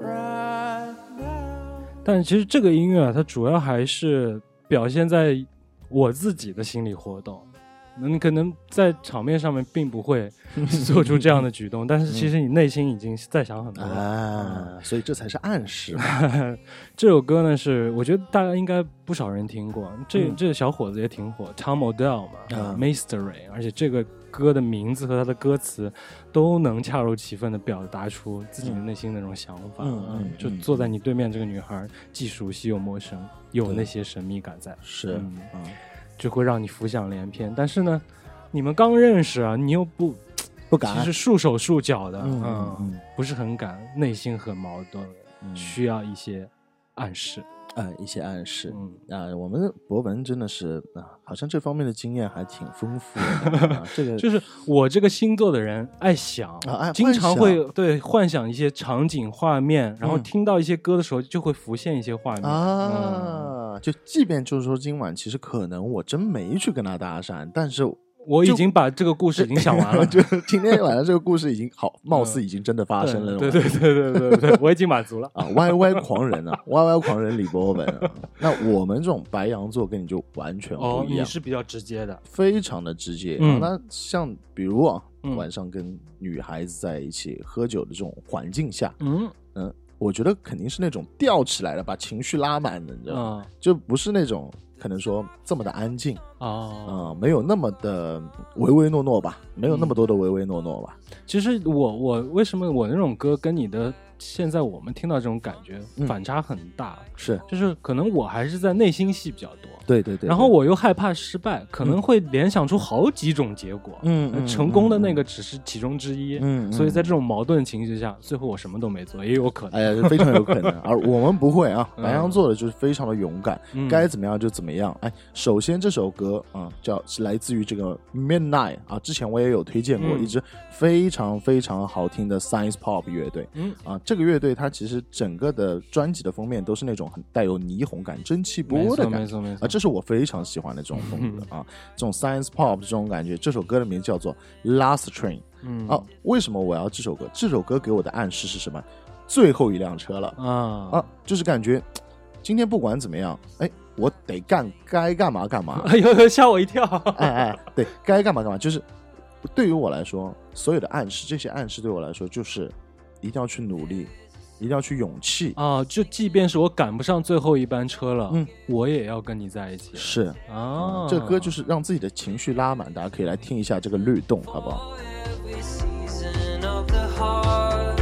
S4: right now.
S1: 但其实这个音乐啊，它主要还是表现在我自己的心理活动。你可能在场面上面并不会做出这样的举动，但是其实你内心已经在想很多了。
S2: 啊，所以这才是暗示嘛。
S1: 这首歌呢，是我觉得大家应该不少人听过，这、
S2: 嗯
S1: 这个小伙子也挺火 ，Tom Odell 嘛、
S2: 啊
S1: Mystery， 而且这个歌的名字和他的歌词都能恰如其分的表达出自己的内心那种想法。
S2: 嗯嗯
S1: 就
S2: 嗯
S1: 坐在你对面这个女孩，既熟悉又陌生，又有
S2: 对
S1: 那些神秘感在，
S2: 是，
S1: 嗯
S2: 嗯
S1: 就会让你浮想联翩。但是呢，你们刚认识啊，你又不
S2: 不敢
S1: 其实束手束脚的，
S2: 嗯嗯嗯
S1: 不是很敢，内心很矛盾，
S2: 嗯
S1: 需要一些暗示。
S2: 啊，一些暗示。
S1: 嗯，
S2: 啊，我们博文真的是啊，好像这方面的经验还挺丰富的。啊、这个
S1: 就是我这个星座的人爱想，
S2: 啊爱
S1: 经常
S2: 幻
S1: 会对幻想一些场景画面，然后
S2: 嗯
S1: 听到一些歌的时候就会浮现一些画面。嗯、
S2: 啊，就即便就是说今晚其实可能我真没去跟他搭讪，但是
S1: 我已经把这个故事已经想完了。
S2: 就今天晚上这个故事已经好，貌似已经真的发生了。
S1: 对对对对对对对，我已经满足了。
S2: 啊，Y Y 狂人啊，Y Y 狂人李博文啊，那我们这种白羊座跟你就完全
S1: 哦，
S2: 不一样，
S1: 你是比较直接的。
S2: 非常的直接。
S1: 嗯
S2: 啊那像比如啊，
S1: 嗯
S2: 晚上跟女孩子在一起喝酒的这种环境下，
S1: 嗯
S2: 嗯，我觉得肯定是那种吊起来的，把情绪拉满的，你知道吗？
S1: 啊
S2: 就不是那种可能说这么的安静啊、
S1: 哦，
S2: 没有那么的唯唯诺诺吧，没有那么多的唯唯诺诺吧。
S1: 其实我我为什么我那种歌跟你的现在我们听到这种感觉
S2: 嗯
S1: 反差很大？
S2: 是
S1: 就是可能我还是在内心戏比较多。
S2: 对对对，
S1: 然后我又害怕失败，可能会联想出好几种结果。
S2: 嗯嗯
S1: 成功的那个只是其中之一。
S2: 嗯嗯
S1: 所以在这种矛盾情绪下，最后我什么都没做，也有可能。
S2: 哎呀，非常有可能。而我们不会啊，
S1: 嗯
S2: 白羊座的就是非常的勇敢，
S1: 嗯
S2: 该怎么样就怎么样。哎，首先这首歌啊，叫是来自于这个 Midnight 啊，之前我也有推荐过，
S1: 嗯
S2: 一支非常非常好听的 Science Pop 乐队。
S1: 嗯
S2: 啊，这个乐队它其实整个的专辑的封面都是那种很带有霓虹感、蒸汽
S1: 没错
S2: 波的感觉。
S1: 没错没错
S2: 啊，这是我非常喜欢的这种风格啊，这种 Science Pop 这种感觉。这首歌的名字叫做 Last Train。
S1: 嗯
S2: 啊，为什么我要这首歌？这首歌给我的暗示是什么？最后一辆车了
S1: 啊
S2: 啊，就是感觉今天不管怎么样，哎，我得干该干嘛干嘛。
S1: 哎呦，吓我一跳！
S2: 哎哎，对该干嘛干嘛。就是对于我来说，所有的暗示，这些暗示对我来说，就是一定要去努力，一定要去勇气。
S1: 啊，就即便是我赶不上最后一班车了，
S2: 嗯，
S1: 我也要跟你在一起。
S2: 是
S1: 啊，
S2: 这个歌就是让自己的情绪拉满，大家可以来听一下这个律动，好不好？
S5: Every season of the heart,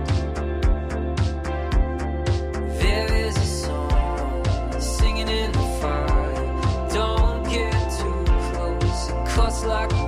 S5: there is a song singing in the fire. Don't get too close, it cuts like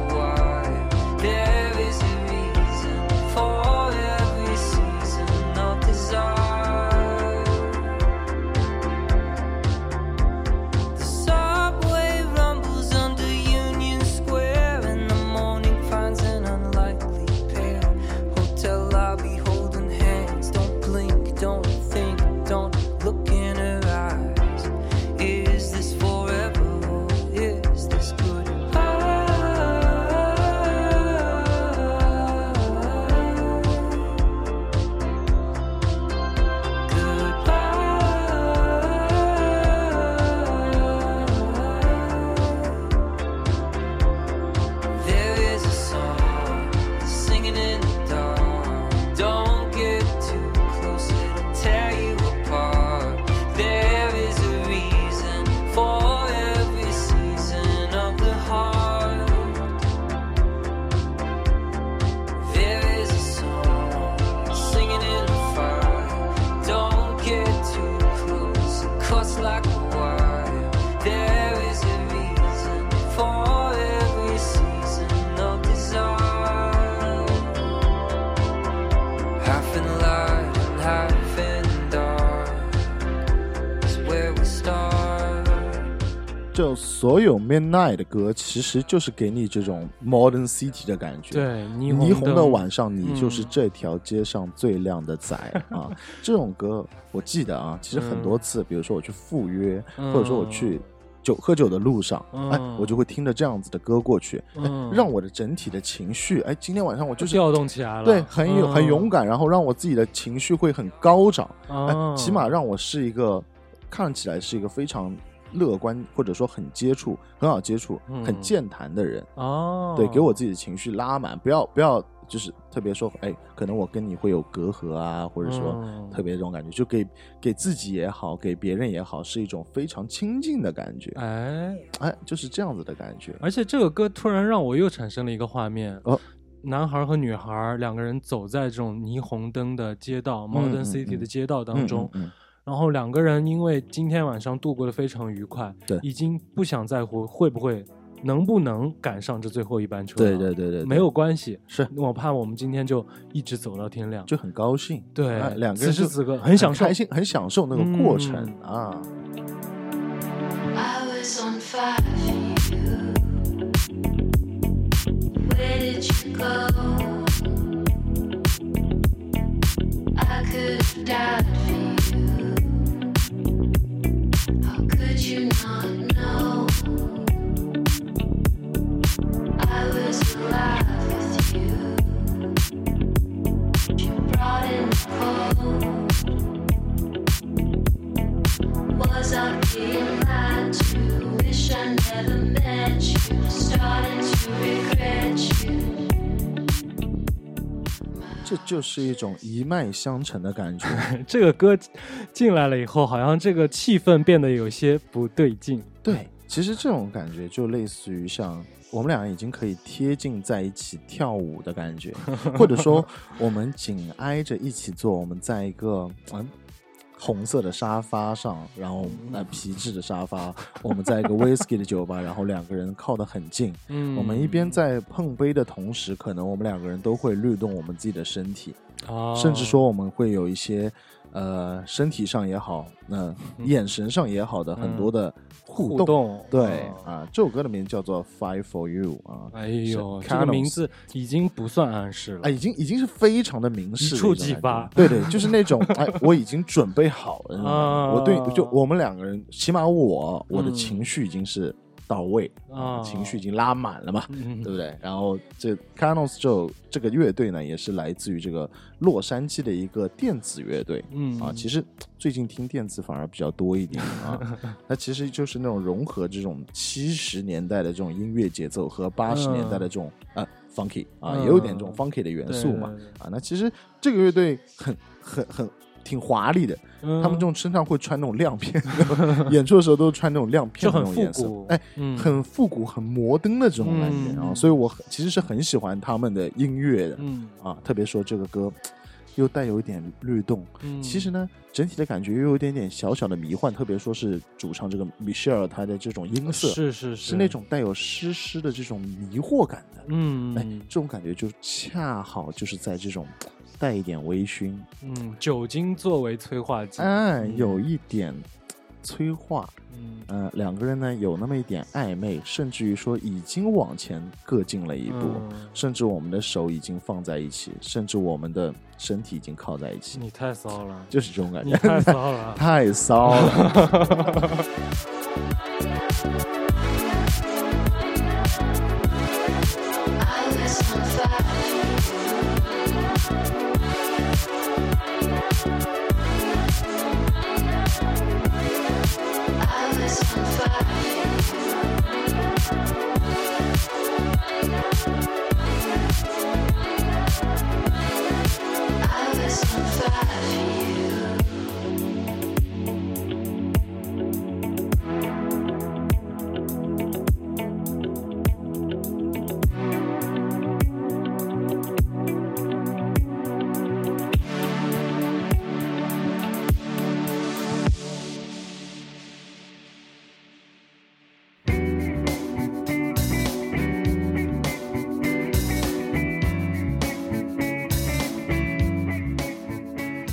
S2: 就所有 Midnight 的歌，其实就是给你这种 Modern City 的感觉。
S1: 对，霓虹
S2: 霓虹的
S1: 灯
S2: 晚上，你就是这条街上最亮的仔、嗯、啊！这种歌我记得啊，其实很多次，嗯、比如说我去赴约，
S1: 嗯、
S2: 或者说我去酒喝酒的路上，嗯、哎，我就会听着这样子的歌过去，嗯、让我的整体的情绪，哎，今天晚上我就是
S1: 调动起来了，
S2: 对，很有、嗯、很勇敢，然后让我自己的情绪会很高涨，
S1: 嗯、
S2: 哎，起码让我是一个看起来是一个非常乐观，或者说很接触、很好接触、嗯、很健谈的人
S1: 哦。
S2: 对，给我自己的情绪拉满，不要不要，就是特别说，哎，可能我跟你会有隔阂啊，或者说特别这种感觉，嗯、就给给自己也好，给别人也好，是一种非常亲近的感觉。
S1: 哎
S2: 哎，就是这样子的感觉。
S1: 而且这个歌突然让我又产生了一个画面哦。男孩和女孩两个人走在这种霓虹灯的街道、嗯、Modern City 的街道当中。嗯嗯嗯嗯然后两个人因为今天晚上度过得非常愉快，
S2: 对，
S1: 已经不想在乎会不会能不能赶上这最后一班车。
S2: 对对对 对, 对，
S1: 没有关系，
S2: 是
S1: 我怕我们今天就一直走到天亮，
S2: 就很高兴。
S1: 对，
S2: 啊、两个人
S1: 此时此刻很享受，
S2: 开心，很享受那个过程、嗯、啊。
S3: I was on fire for you. Where did you go? I could have died for you. How could you not know? I was alive with you. You brought in the cold. Was I being lied to? Wish I never met you. Starting to regret you.
S2: 这就是一种一脉相承的感觉。
S1: 这个歌进来了以后，好像这个气氛变得有些不对劲。
S2: 对，其实这种感觉就类似于像我们俩已经可以贴近在一起跳舞的感觉，或者说我们紧挨着一起坐，我们在一个嗯。红色的沙发上，然后那皮质的沙发，我们在一个 whisky 的酒吧，然后两个人靠得很近。嗯，我们一边在碰杯的同时，可能我们两个人都会律动我们自己的身体，哦、甚至说我们会有一些呃身体上也好，那、呃、眼神上也好的很多的互动。嗯、互动对、哦、啊，这首歌的名字叫做 Fight for You 啊。
S1: 哎呦，这个名字已经不算暗示了，
S2: 啊，已经已经是非常的明示，
S1: 一触即发。
S2: 对对，就是那种哎，我已经准备好了，啊、我对就我们两个人，起码我我的情绪已经是到位，啊、情绪已经拉满了嘛，嗯、对不对？然后这 Canos 就这个乐队呢，也是来自于这个洛杉矶的一个电子乐队，嗯啊，其实最近听电子反而比较多一点啊。那其实就是那种融合这种七十年代的这种音乐节奏和八十年代的这种、嗯、呃 funky 啊、嗯，也有点这种 funky 的元素嘛，啊，那其实这个乐队很很很。挺华丽的、嗯，他们这种身上会穿那种亮片，演出的时候都穿那种亮片的那种颜色，哎、嗯，很复古、很摩登的这种感觉啊、嗯，所以我其实是很喜欢他们的音乐的，嗯啊，特别说这个歌又带有一点律动，嗯，其实呢，整体的感觉又有一点点小小的迷幻，特别说是主唱这个 Michelle 他的这种音色，
S1: 是是是，
S2: 是那种带有湿湿的这种迷惑感的，
S1: 嗯，
S2: 哎，这种感觉就恰好就是在这种。带一点微醺，
S1: 嗯，酒精作为催化剂，
S2: 哎，有一点催化，嗯，呃，两个人呢有那么一点暧昧，甚至于说已经往前各进了一步、嗯，甚至我们的手已经放在一起，甚至我们的身体已经靠在一起。
S1: 你太骚了，
S2: 就是这种感觉，
S1: 你太骚了，
S2: 太骚了。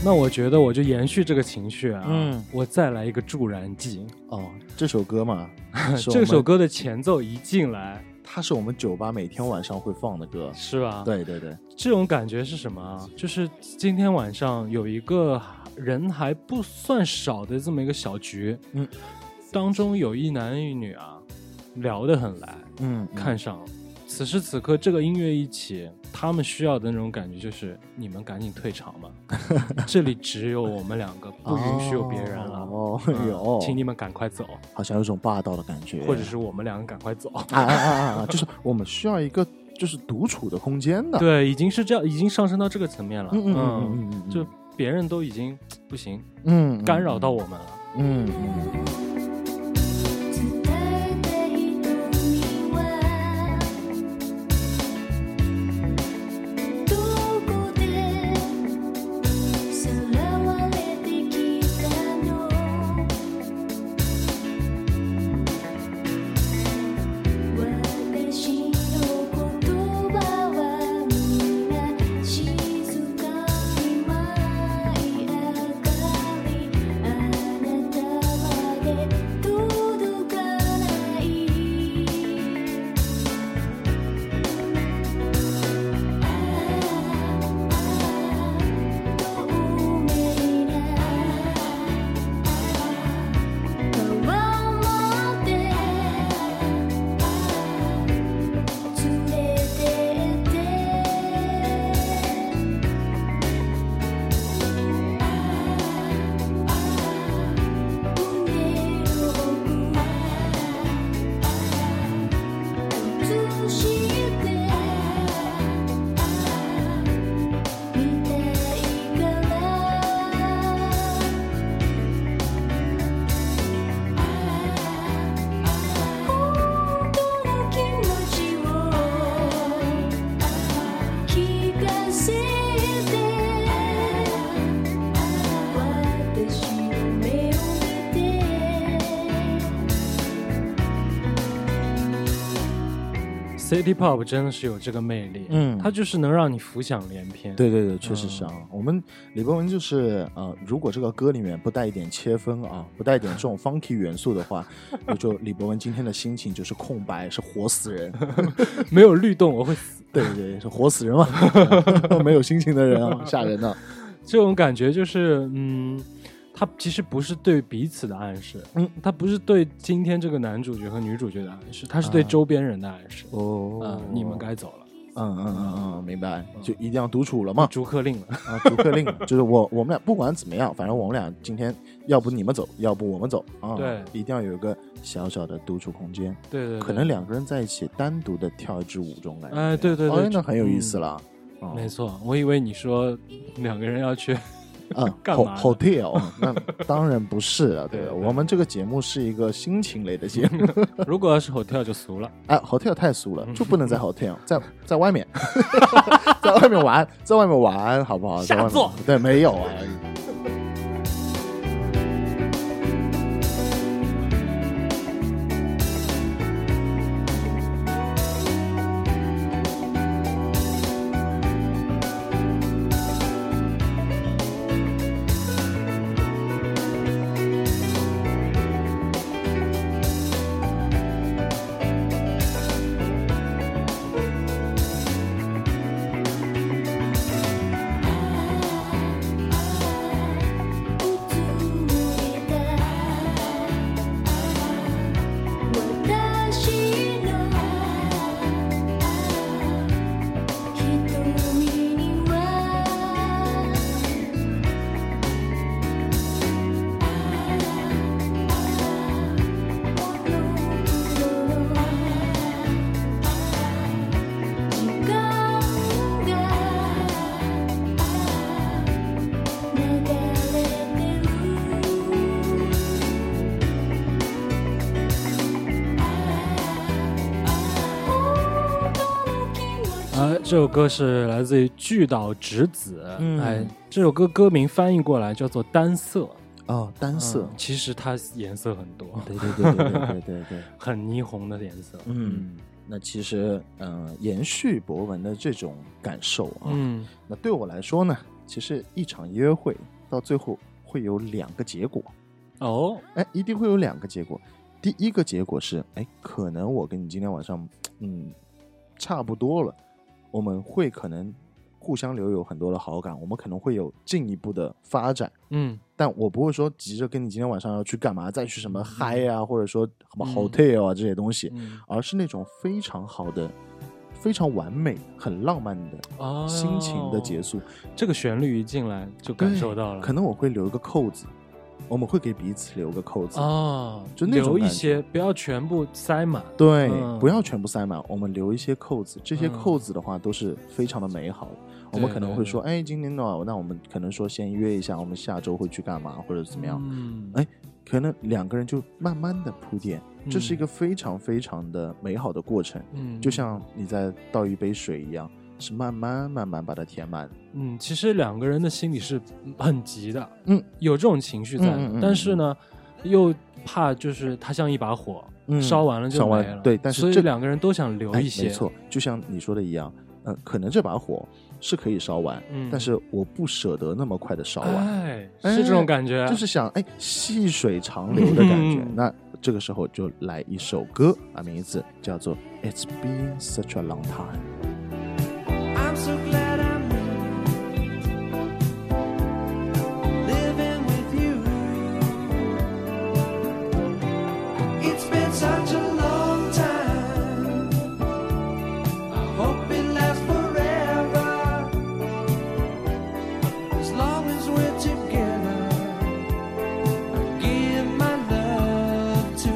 S1: 那我觉得我就延续这个情绪啊，
S2: 嗯
S1: 我再来一个助燃剂。
S2: 哦，这首歌嘛，是我们
S1: 这首歌的前奏一进来，
S2: 它是我们酒吧每天晚上会放的歌，
S1: 是吧？，
S2: 对对对，
S1: 这种感觉是什么啊？就是今天晚上有一个人还不算少的这么一个小局，
S2: 嗯，
S1: 当中有一男一女啊，聊得很来，
S2: 嗯，
S1: 看上了。此时此刻，这个音乐一起，他们需要的那种感觉就是你们赶紧退场吧，这里只有我们两个，不允许有别人了。
S2: 哦，
S1: 嗯
S2: 有，
S1: 请你们赶快走，
S2: 好像有种霸道的感觉，
S1: 或者是我们两个赶快走。
S2: 啊啊啊啊，就是我们需要一个就是独处的空间的，
S1: 对，已经是这样，已经上升到这个层面了。
S2: 嗯嗯嗯嗯嗯，
S1: 就别人都已经不行，
S2: 嗯
S1: 干扰到我们了。
S2: 嗯嗯。
S1: City Pop 真的是有这个魅力，
S2: 嗯
S1: 它就是能让你浮想联翩。
S2: 对对对，确实是啊。我们李博文就是呃，如果这个歌里面不带一点切分啊，不带一点这种 funky 元素的话，我就李博文今天的心情就是空白，是活死人，
S1: 没有律动我会死。
S2: 对对对，是活死人嘛，没有心情的人啊，吓人的。
S1: 这种感觉就是，嗯，它其实不是对彼此的暗示，
S2: 嗯，
S1: 它不是对今天这个男主角和女主角的暗示，它是对周边人的暗示。
S2: 哦
S1: 嗯，你们该走了。
S2: 嗯嗯嗯嗯，明白，就一定要独处了嘛，
S1: 逐客令了
S2: 啊，逐客令，就是我我们俩不管怎么样，反正我们俩今天要不你们走，要不我们走啊，
S1: 对，
S2: 一定要有一个小小的独处空间，
S1: 对 对, 对，
S2: 可能两个人在一起单独的跳一支舞，这种感觉，
S1: 哎，对对对，
S2: 哦，那很有意思了，
S1: 嗯哦、没错，我以为你说两个人要去。
S2: 啊，
S1: 干嘛
S2: hotel 那当然不是了，对，对我们这个节目是一个心情类的节目。
S1: 如果要是 hotel 就俗了，
S2: 哎 ，hotel 太俗了，就不能在 hotel， 在在外面，在外面玩，在外面玩，好不好？
S1: 下作
S2: 对，没有啊。
S1: 这首歌是来自于巨岛直子，
S2: 嗯、
S1: 哎，这首歌歌名翻译过来叫做单色。
S2: 哦，单色、
S1: 嗯，其实它颜色很多，
S2: 对对对对对对对对，
S1: 很霓虹的颜色。
S2: 嗯，那其实，嗯、呃，延续博文的这种感受啊，
S1: 嗯，
S2: 那对我来说呢， 其实一场约会到最后会有两个结果。
S1: 哦，
S2: 哎，一定会有两个结果。第一个结果是，哎，可能我跟你今天晚上，嗯，差不多了，我们会可能互相留有很多的好感，我们可能会有进一步的发展。
S1: 嗯，
S2: 但我不会说急着跟你今天晚上要去干嘛，再去什么嗨啊，或者说什么 hotel 啊、嗯、这些东西、嗯，而是那种非常好的、非常完美、很浪漫的心情的结束。哦、
S1: 这个旋律一进来就感受到了。
S2: 可能我会留一个扣子。我们会给彼此留个扣子
S1: 哦，
S2: 就那种
S1: 留一些，不要全部塞满。
S2: 对、嗯，不要全部塞满，我们留一些扣子。这些扣子的话都是非常的美好的。嗯、我们可能会说，哎，今天的话，那我们可能说先约一下，我们下周会去干嘛，或者怎么样？嗯，哎，可能两个人就慢慢的铺垫，嗯、这是一个非常非常的美好的过程。嗯，就像你在倒一杯水一样。是慢慢慢慢把它填满。
S1: 嗯，其实两个人的心里是很急的，嗯，有这种情绪在的、嗯嗯嗯、但是呢又怕就是它像一把火、嗯、烧完了就没了，
S2: 对，但是
S1: 所以两个人都想留一些、
S2: 哎、没错，就像你说的一样，呃，可能这把火是可以烧完、嗯、但是我不舍得那么快的烧完，
S1: 哎，是这种感觉、
S2: 哎、就是想哎细水长流的感觉、嗯、那这个时候就来一首歌啊，名字叫做 It's been such a long time。I'm so glad I'm living with you. It's been such a long time. I hope it lasts forever. As long as we're together, I give my love to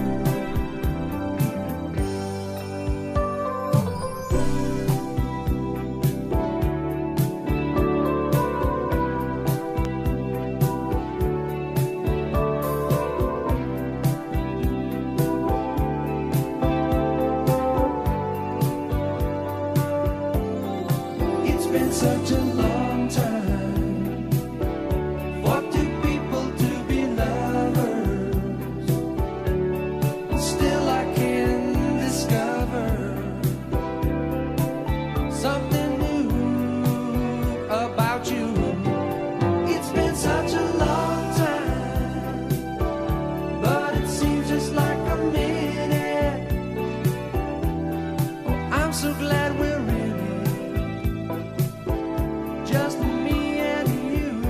S2: you.Such a long time for two people to be lovers. Still I can discover something new about you. It's been such a long time, but it seems just like a minute. Oh, I'm so glad we're in.Just me and you.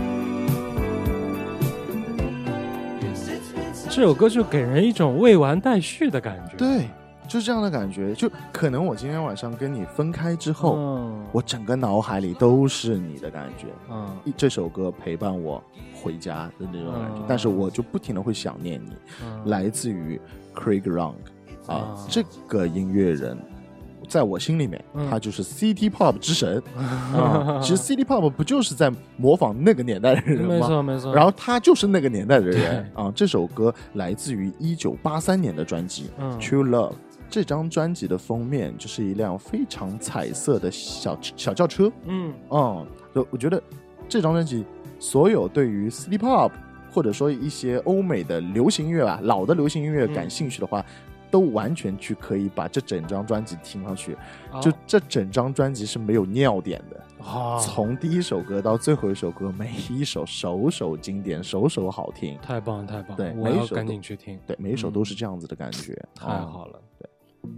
S1: 这首歌就给人一种未完待续的感觉。
S2: 对，就是这样的感觉。就可能我今天晚上跟你分开之后，嗯、我整个脑海里都是你的感觉。嗯，这首歌陪伴我回家的那种感觉，嗯、但是我就不停的会想念你。嗯、来自于 Craig Young 啊、嗯，这个音乐人。在我心里面、嗯、他就是 City Pop 之神、嗯啊、其实 City Pop 不就是在模仿那个年代的人吗？
S1: 没错没错，
S2: 然后他就是那个年代的人啊。这首歌来自于一九八三年的专辑、嗯、True Love。这张专辑的封面就是一辆非常彩色的小小轿车。嗯嗯，我觉得这张专辑所有对于 City Pop 或者说一些欧美的流行乐啊老的流行音乐感兴趣的话、嗯都完全去可以把这整张专辑听上去、哦、就这整张专辑是没有尿点的、哦、从第一首歌到最后一首歌每一首首首经典首首好听，
S1: 太棒太棒，
S2: 对，
S1: 我要赶紧去听，
S2: 对，每一首都是这样子的感觉、
S1: 嗯、太好了，
S2: 对。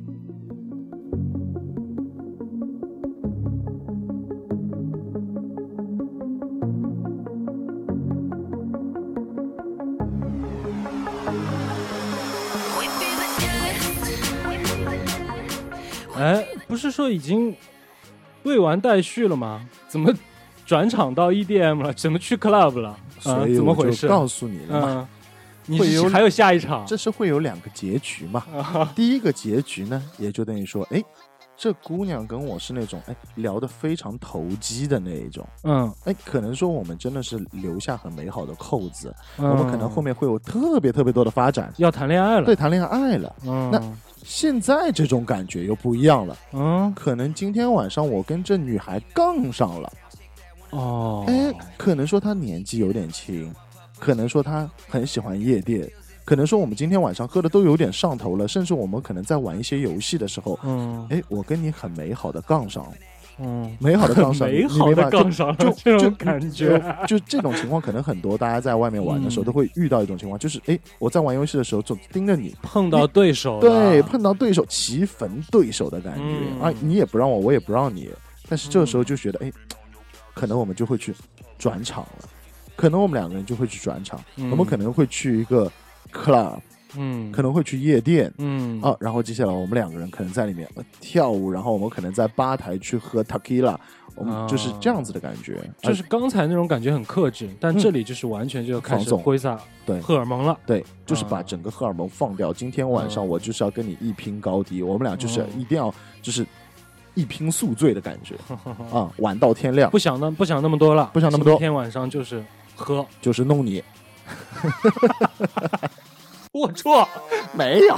S1: 哎，不是说已经未完待续了吗？怎么转场到 E D M 了？怎么去 club 了？
S2: 所以我就告诉你了嘛、嗯、
S1: 你是还有下一场，
S2: 这是会有两个结局嘛、啊、第一个结局呢也就等于说，哎，这姑娘跟我是那种哎聊得非常投机的那一种，嗯，哎，可能说我们真的是留下很美好的扣子、嗯、我们可能后面会有特别特别多的发展，
S1: 要谈恋爱了，
S2: 对，谈恋爱了，嗯，那现在这种感觉又不一样了，嗯，可能今天晚上我跟这女孩杠上了，哦，哎，可能说她年纪有点轻，可能说她很喜欢夜店，可能说我们今天晚上喝的都有点上头了，甚至我们可能在玩一些游戏的时候，嗯，哎，我跟你很美好的杠上了，
S1: 嗯，
S2: 美好的杠上，
S1: 美好的杠上
S2: 就
S1: 这种感觉，
S2: 就就这种情况，可能很多大家在外面玩的时候都会遇到一种情况，就是哎，我在玩游戏的时候总盯着你，
S1: 碰到对手，
S2: 对，碰到对手棋逢对手的感觉、
S1: 嗯、
S2: 啊，你也不让我，我也不让你，但是这个时候就觉得哎、嗯，可能我们就会去转场了，可能我们两个人就会去转场，嗯、我们可能会去一个 club。
S1: 嗯，
S2: 可能会去夜店，
S1: 嗯
S2: 啊，然后接下来我们两个人可能在里面跳舞，然后我们可能在吧台去喝 tequila， 我们就是这样子的感觉。啊、
S1: 就是刚才那种感觉很克制，但这里就是完全就开始挥洒
S2: 对
S1: 荷尔蒙了，
S2: 对，就是把整个荷尔蒙放掉。今天晚上我就是要跟你一拼高低，我们俩就是一定要就是一拼宿醉的感觉啊，玩到天亮。
S1: 不想那不想那么多了，
S2: 不想那么多，
S1: 今天晚上就是喝，
S2: 就是弄你。
S1: 我错，
S2: 没有。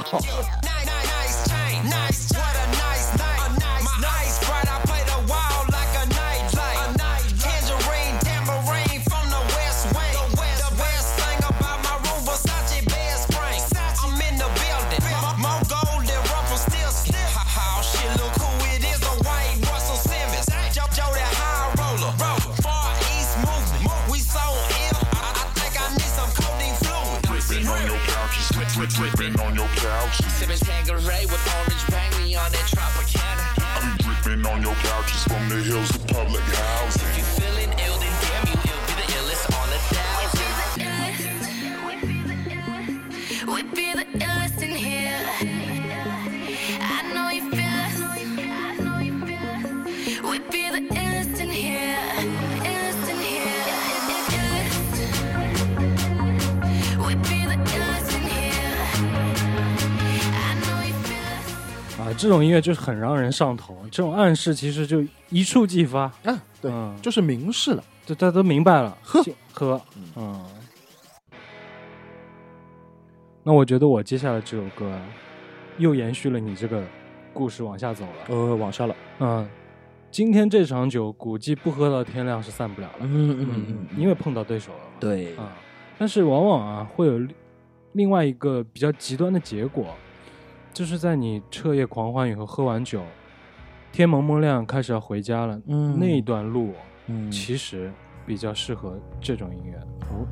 S6: Dripping on your couch, sipping Tanqueray with orange bang on that Tropicana. I'm dripping on your couches from the hills of public housing. If you feeling ill, then damn you, you'll be the illest on the thousand.
S3: We'd be the illest in here. I know you feel us. We'd be the illest in here. Illest in here. We'd be the illest in here.
S1: 啊，这种音乐就是很让人上头，这种暗示其实就一触即发
S2: 啊，对，
S1: 嗯、
S2: 就是明示了，
S1: 就大家都明白了，
S2: 喝
S1: 喝，嗯。那我觉得我接下来这首歌啊，又延续了你这个故事往下走了，
S2: 呃，往下了，
S1: 嗯。今天这场酒估计不喝到天亮是散不了了，
S2: 嗯嗯嗯嗯，
S1: 因为碰到对手了，
S2: 对
S1: 啊。但是往往啊会有另外一个比较极端的结果。就是在你彻夜狂欢以后，喝完酒，天蒙蒙亮，开始要回家了。嗯，那一段路，嗯，其实比较适合这种音乐。哦。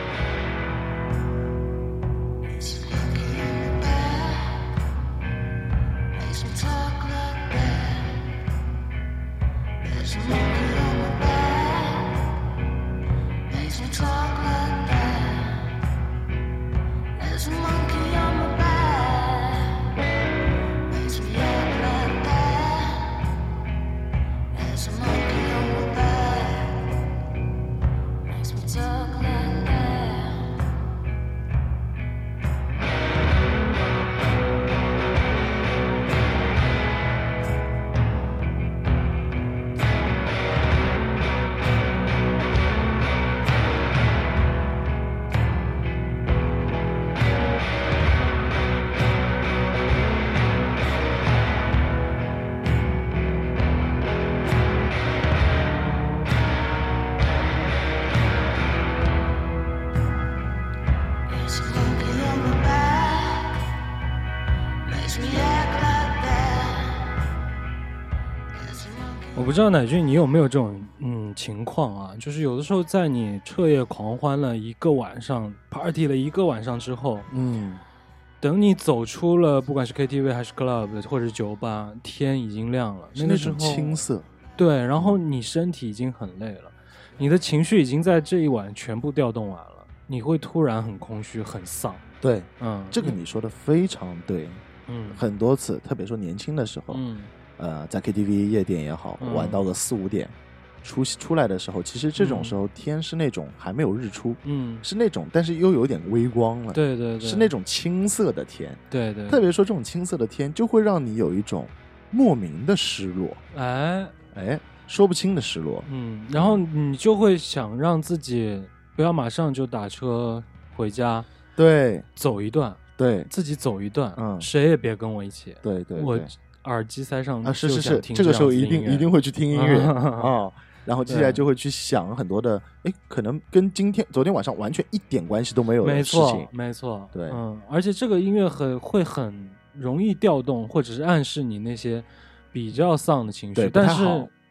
S1: 我不知道乃俊你有没有这种嗯情况啊，就是有的时候在你彻夜狂欢了一个晚上 party 了一个晚上之后，嗯，等你走出了不管是 K T V 还是 club 或者是酒吧，天已经亮了，
S2: 那个时候青涩，
S1: 对，然后你身体已经很累了，你的情绪已经在这一晚全部调动完了，你会突然很空虚很丧。
S2: 对，嗯，这个你说的非常对，嗯，很多次特别说年轻的时候，嗯，呃，在 K T V 夜店也好，嗯、玩到个四五点出出来的时候，其实这种时候天是那种还没有日出，嗯，是那种但是又有点微光了，
S1: 对对对，
S2: 是那种青色的天，
S1: 对 对, 对，
S2: 特别说这种青色的天就会让你有一种莫名的失落，
S1: 哎
S2: 哎，说不清的失落，
S1: 嗯，然后你就会想让自己不要马上就打车回家，
S2: 对，
S1: 走一段，
S2: 对，
S1: 自己走一段，
S2: 嗯，
S1: 谁也别跟我一起，
S2: 对 对, 对，
S1: 我耳机塞上
S2: 啊，是是是，这个时候一定一定会去听音乐啊。然后接下来就会去想很多的，哎，可能跟今天、昨天晚上完全一点关系都没有的事情。
S1: 没错，没错，
S2: 对，
S1: 嗯，而且这个音乐很会很容易调动，或者是暗示你那些比较丧的情绪，但是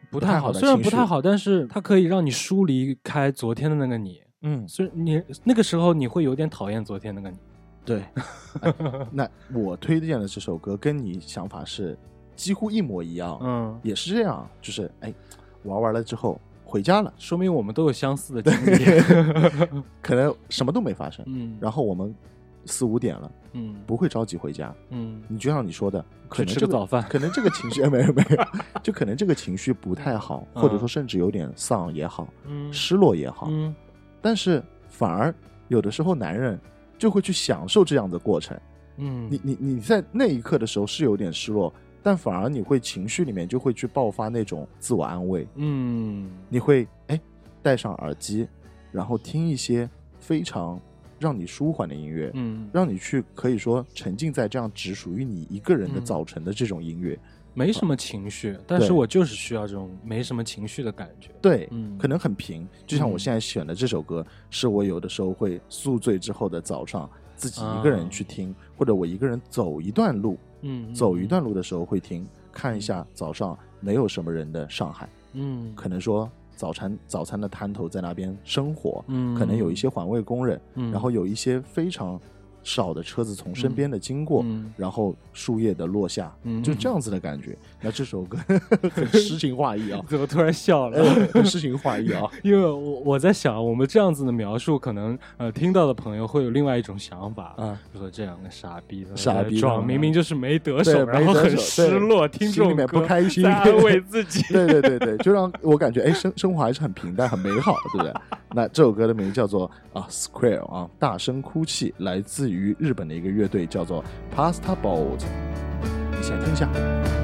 S1: 不太好，虽然不太好，但是它可以让你疏离开昨天的那个你。嗯，所以你那个时候你会有点讨厌昨天那个你。
S2: 对、哎，那我推荐的这首歌跟你想法是几乎一模一样。嗯，也是这样，就是哎，玩完了之后回家了，
S1: 说明我们都有相似的经历。
S2: 可能什么都没发生，嗯，然后我们四五点了，嗯，不会着急回家，嗯，你就像你说的，可能
S1: 吃个早饭，
S2: 可能这个情绪没有没有，就可能这个情绪不太好，嗯、或者说甚至有点丧也好，嗯，失落也好，嗯，但是反而有的时候男人就会去享受这样的过程，嗯，你你你在那一刻的时候是有点失落，但反而你会情绪里面就会去爆发那种自我安慰，嗯，你会哎戴上耳机，然后听一些非常让你舒缓的音乐，嗯，让你去可以说沉浸在这样只属于你一个人的早晨的这种音乐，嗯、
S1: 没什么情绪，啊、但是我就是需要这种没什么情绪的感觉。
S2: 对，嗯，可能很平，就像我现在选的这首歌，嗯、是我有的时候会宿醉之后的早上自己一个人去听，啊、或者我一个人走一段路，嗯，走一段路的时候会听，看一下早上没有什么人的上海，嗯，可能说。早餐早餐的摊头在那边生火，嗯，可能有一些环卫工人，嗯，然后有一些非常少的车子从身边的经过，嗯，然后树叶的落下，嗯，就这样子的感觉。那这首歌很诗情画意啊，
S1: 怎么突然笑了？
S2: 很诗情画意啊，
S1: 因为我我在想，我们这样子的描述，可能呃听到的朋友会有另外一种想法啊，就说这两个傻逼，
S2: 傻逼
S1: 装，明明就是没得手，然后很失落，听这种歌
S2: 不开心，
S1: 在安慰自己。
S2: 对对对对，就让我感觉哎生生活还是很平淡、很美好，对不对？那这首歌的名字叫做啊 Square 啊，大声哭泣，来自于日本的一个乐队叫做 Pasta Boat， 你先听一下。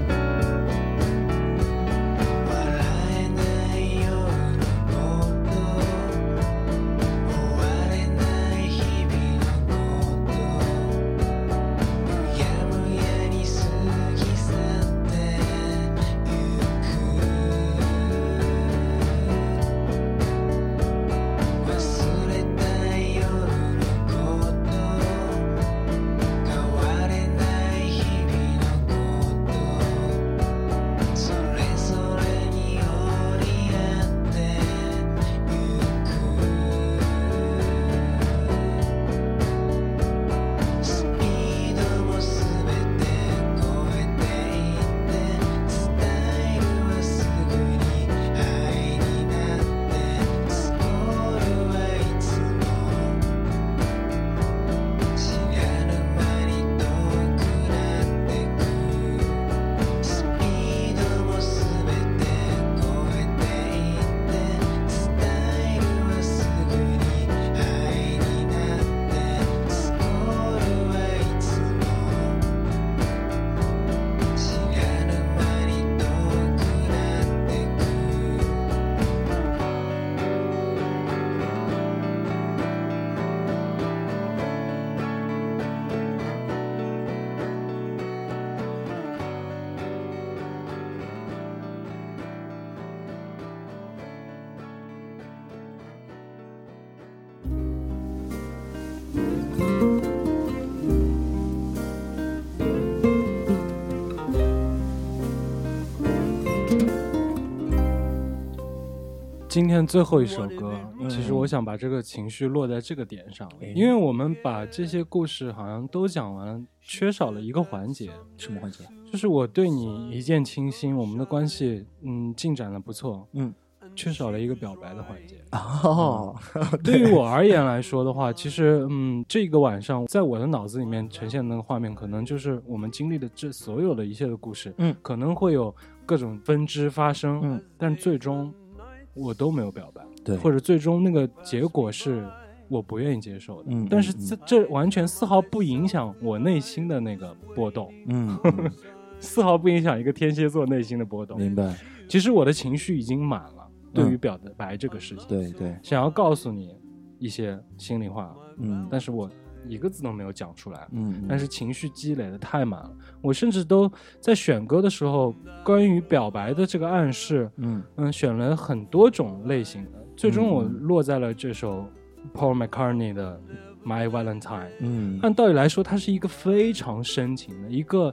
S1: 今天最后一首歌，嗯、其实我想把这个情绪落在这个点上，嗯、因为我们把这些故事好像都讲完了，缺少了一个环节。
S2: 什么环节？
S1: 就是我对你一见倾心，我们的关系嗯进展的不错，嗯，缺少了一个表白的环节。哦，嗯、对于我而言来说的话，其实嗯这个晚上在我的脑子里面呈现的那个画面，可能就是我们经历的这所有的一切的故事，嗯，可能会有各种分支发生，嗯，但最终。我都没有表白，
S2: 对，
S1: 或者最终那个结果是我不愿意接受的，嗯，但是这这完全丝毫不影响我内心的那个波动，嗯，嗯丝毫不影响一个天蝎座内心的波动。
S2: 明白。
S1: 其实我的情绪已经满了，对于表白这个事情，
S2: 嗯、对对，
S1: 想要告诉你一些心里话，嗯，但是我一个字都没有讲出来，嗯，但是情绪积累的太满了，我甚至都在选歌的时候，关于表白的这个暗示，嗯嗯，选了很多种类型的，最终我落在了这首 Paul McCartney 的 My Valentine， 嗯，按道理来说，它是一个非常深情的一个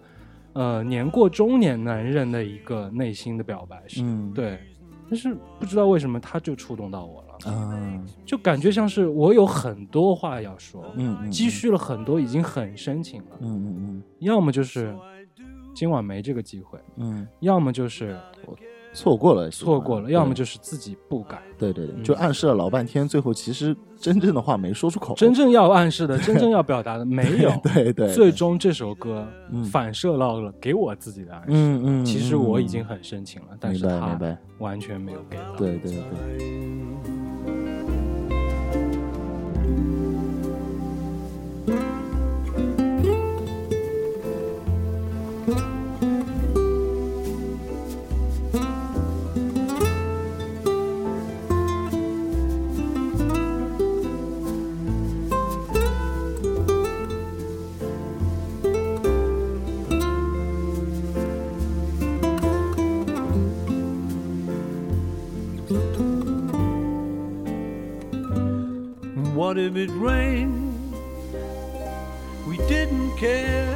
S1: 呃年过中年男人的一个内心的表白是、
S2: 嗯，
S1: 对，但是不知道为什么他就触动到我了
S2: 啊，
S1: 就感觉像是我有很多话要说，
S2: 嗯嗯，
S1: 积蓄了很多，已经很深情了，
S2: 嗯嗯嗯，
S1: 要么就是今晚没这个机会，
S2: 嗯，
S1: 要么就是
S2: 错过了，
S1: 错过了，要么就是自己不敢。
S2: 对对对，
S1: 嗯
S2: 就暗示了老半天，最后其实真正的话没说出口。
S1: 真正要暗示的，真正要表达的没有。
S2: 对对对，
S1: 最终这首歌
S2: 嗯
S1: 反射到了给我自己的暗示。
S2: 嗯嗯，
S1: 其实我已经很深情了，但是他
S2: 明白明白，
S1: 完全没有给到。
S2: 对对对。
S7: What if it rained? We didn't care.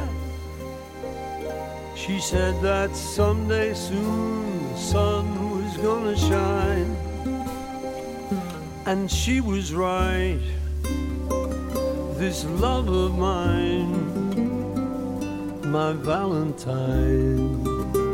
S7: She said that someday soon the sun was gonna shine. And she was right. This love of mine, my Valentine.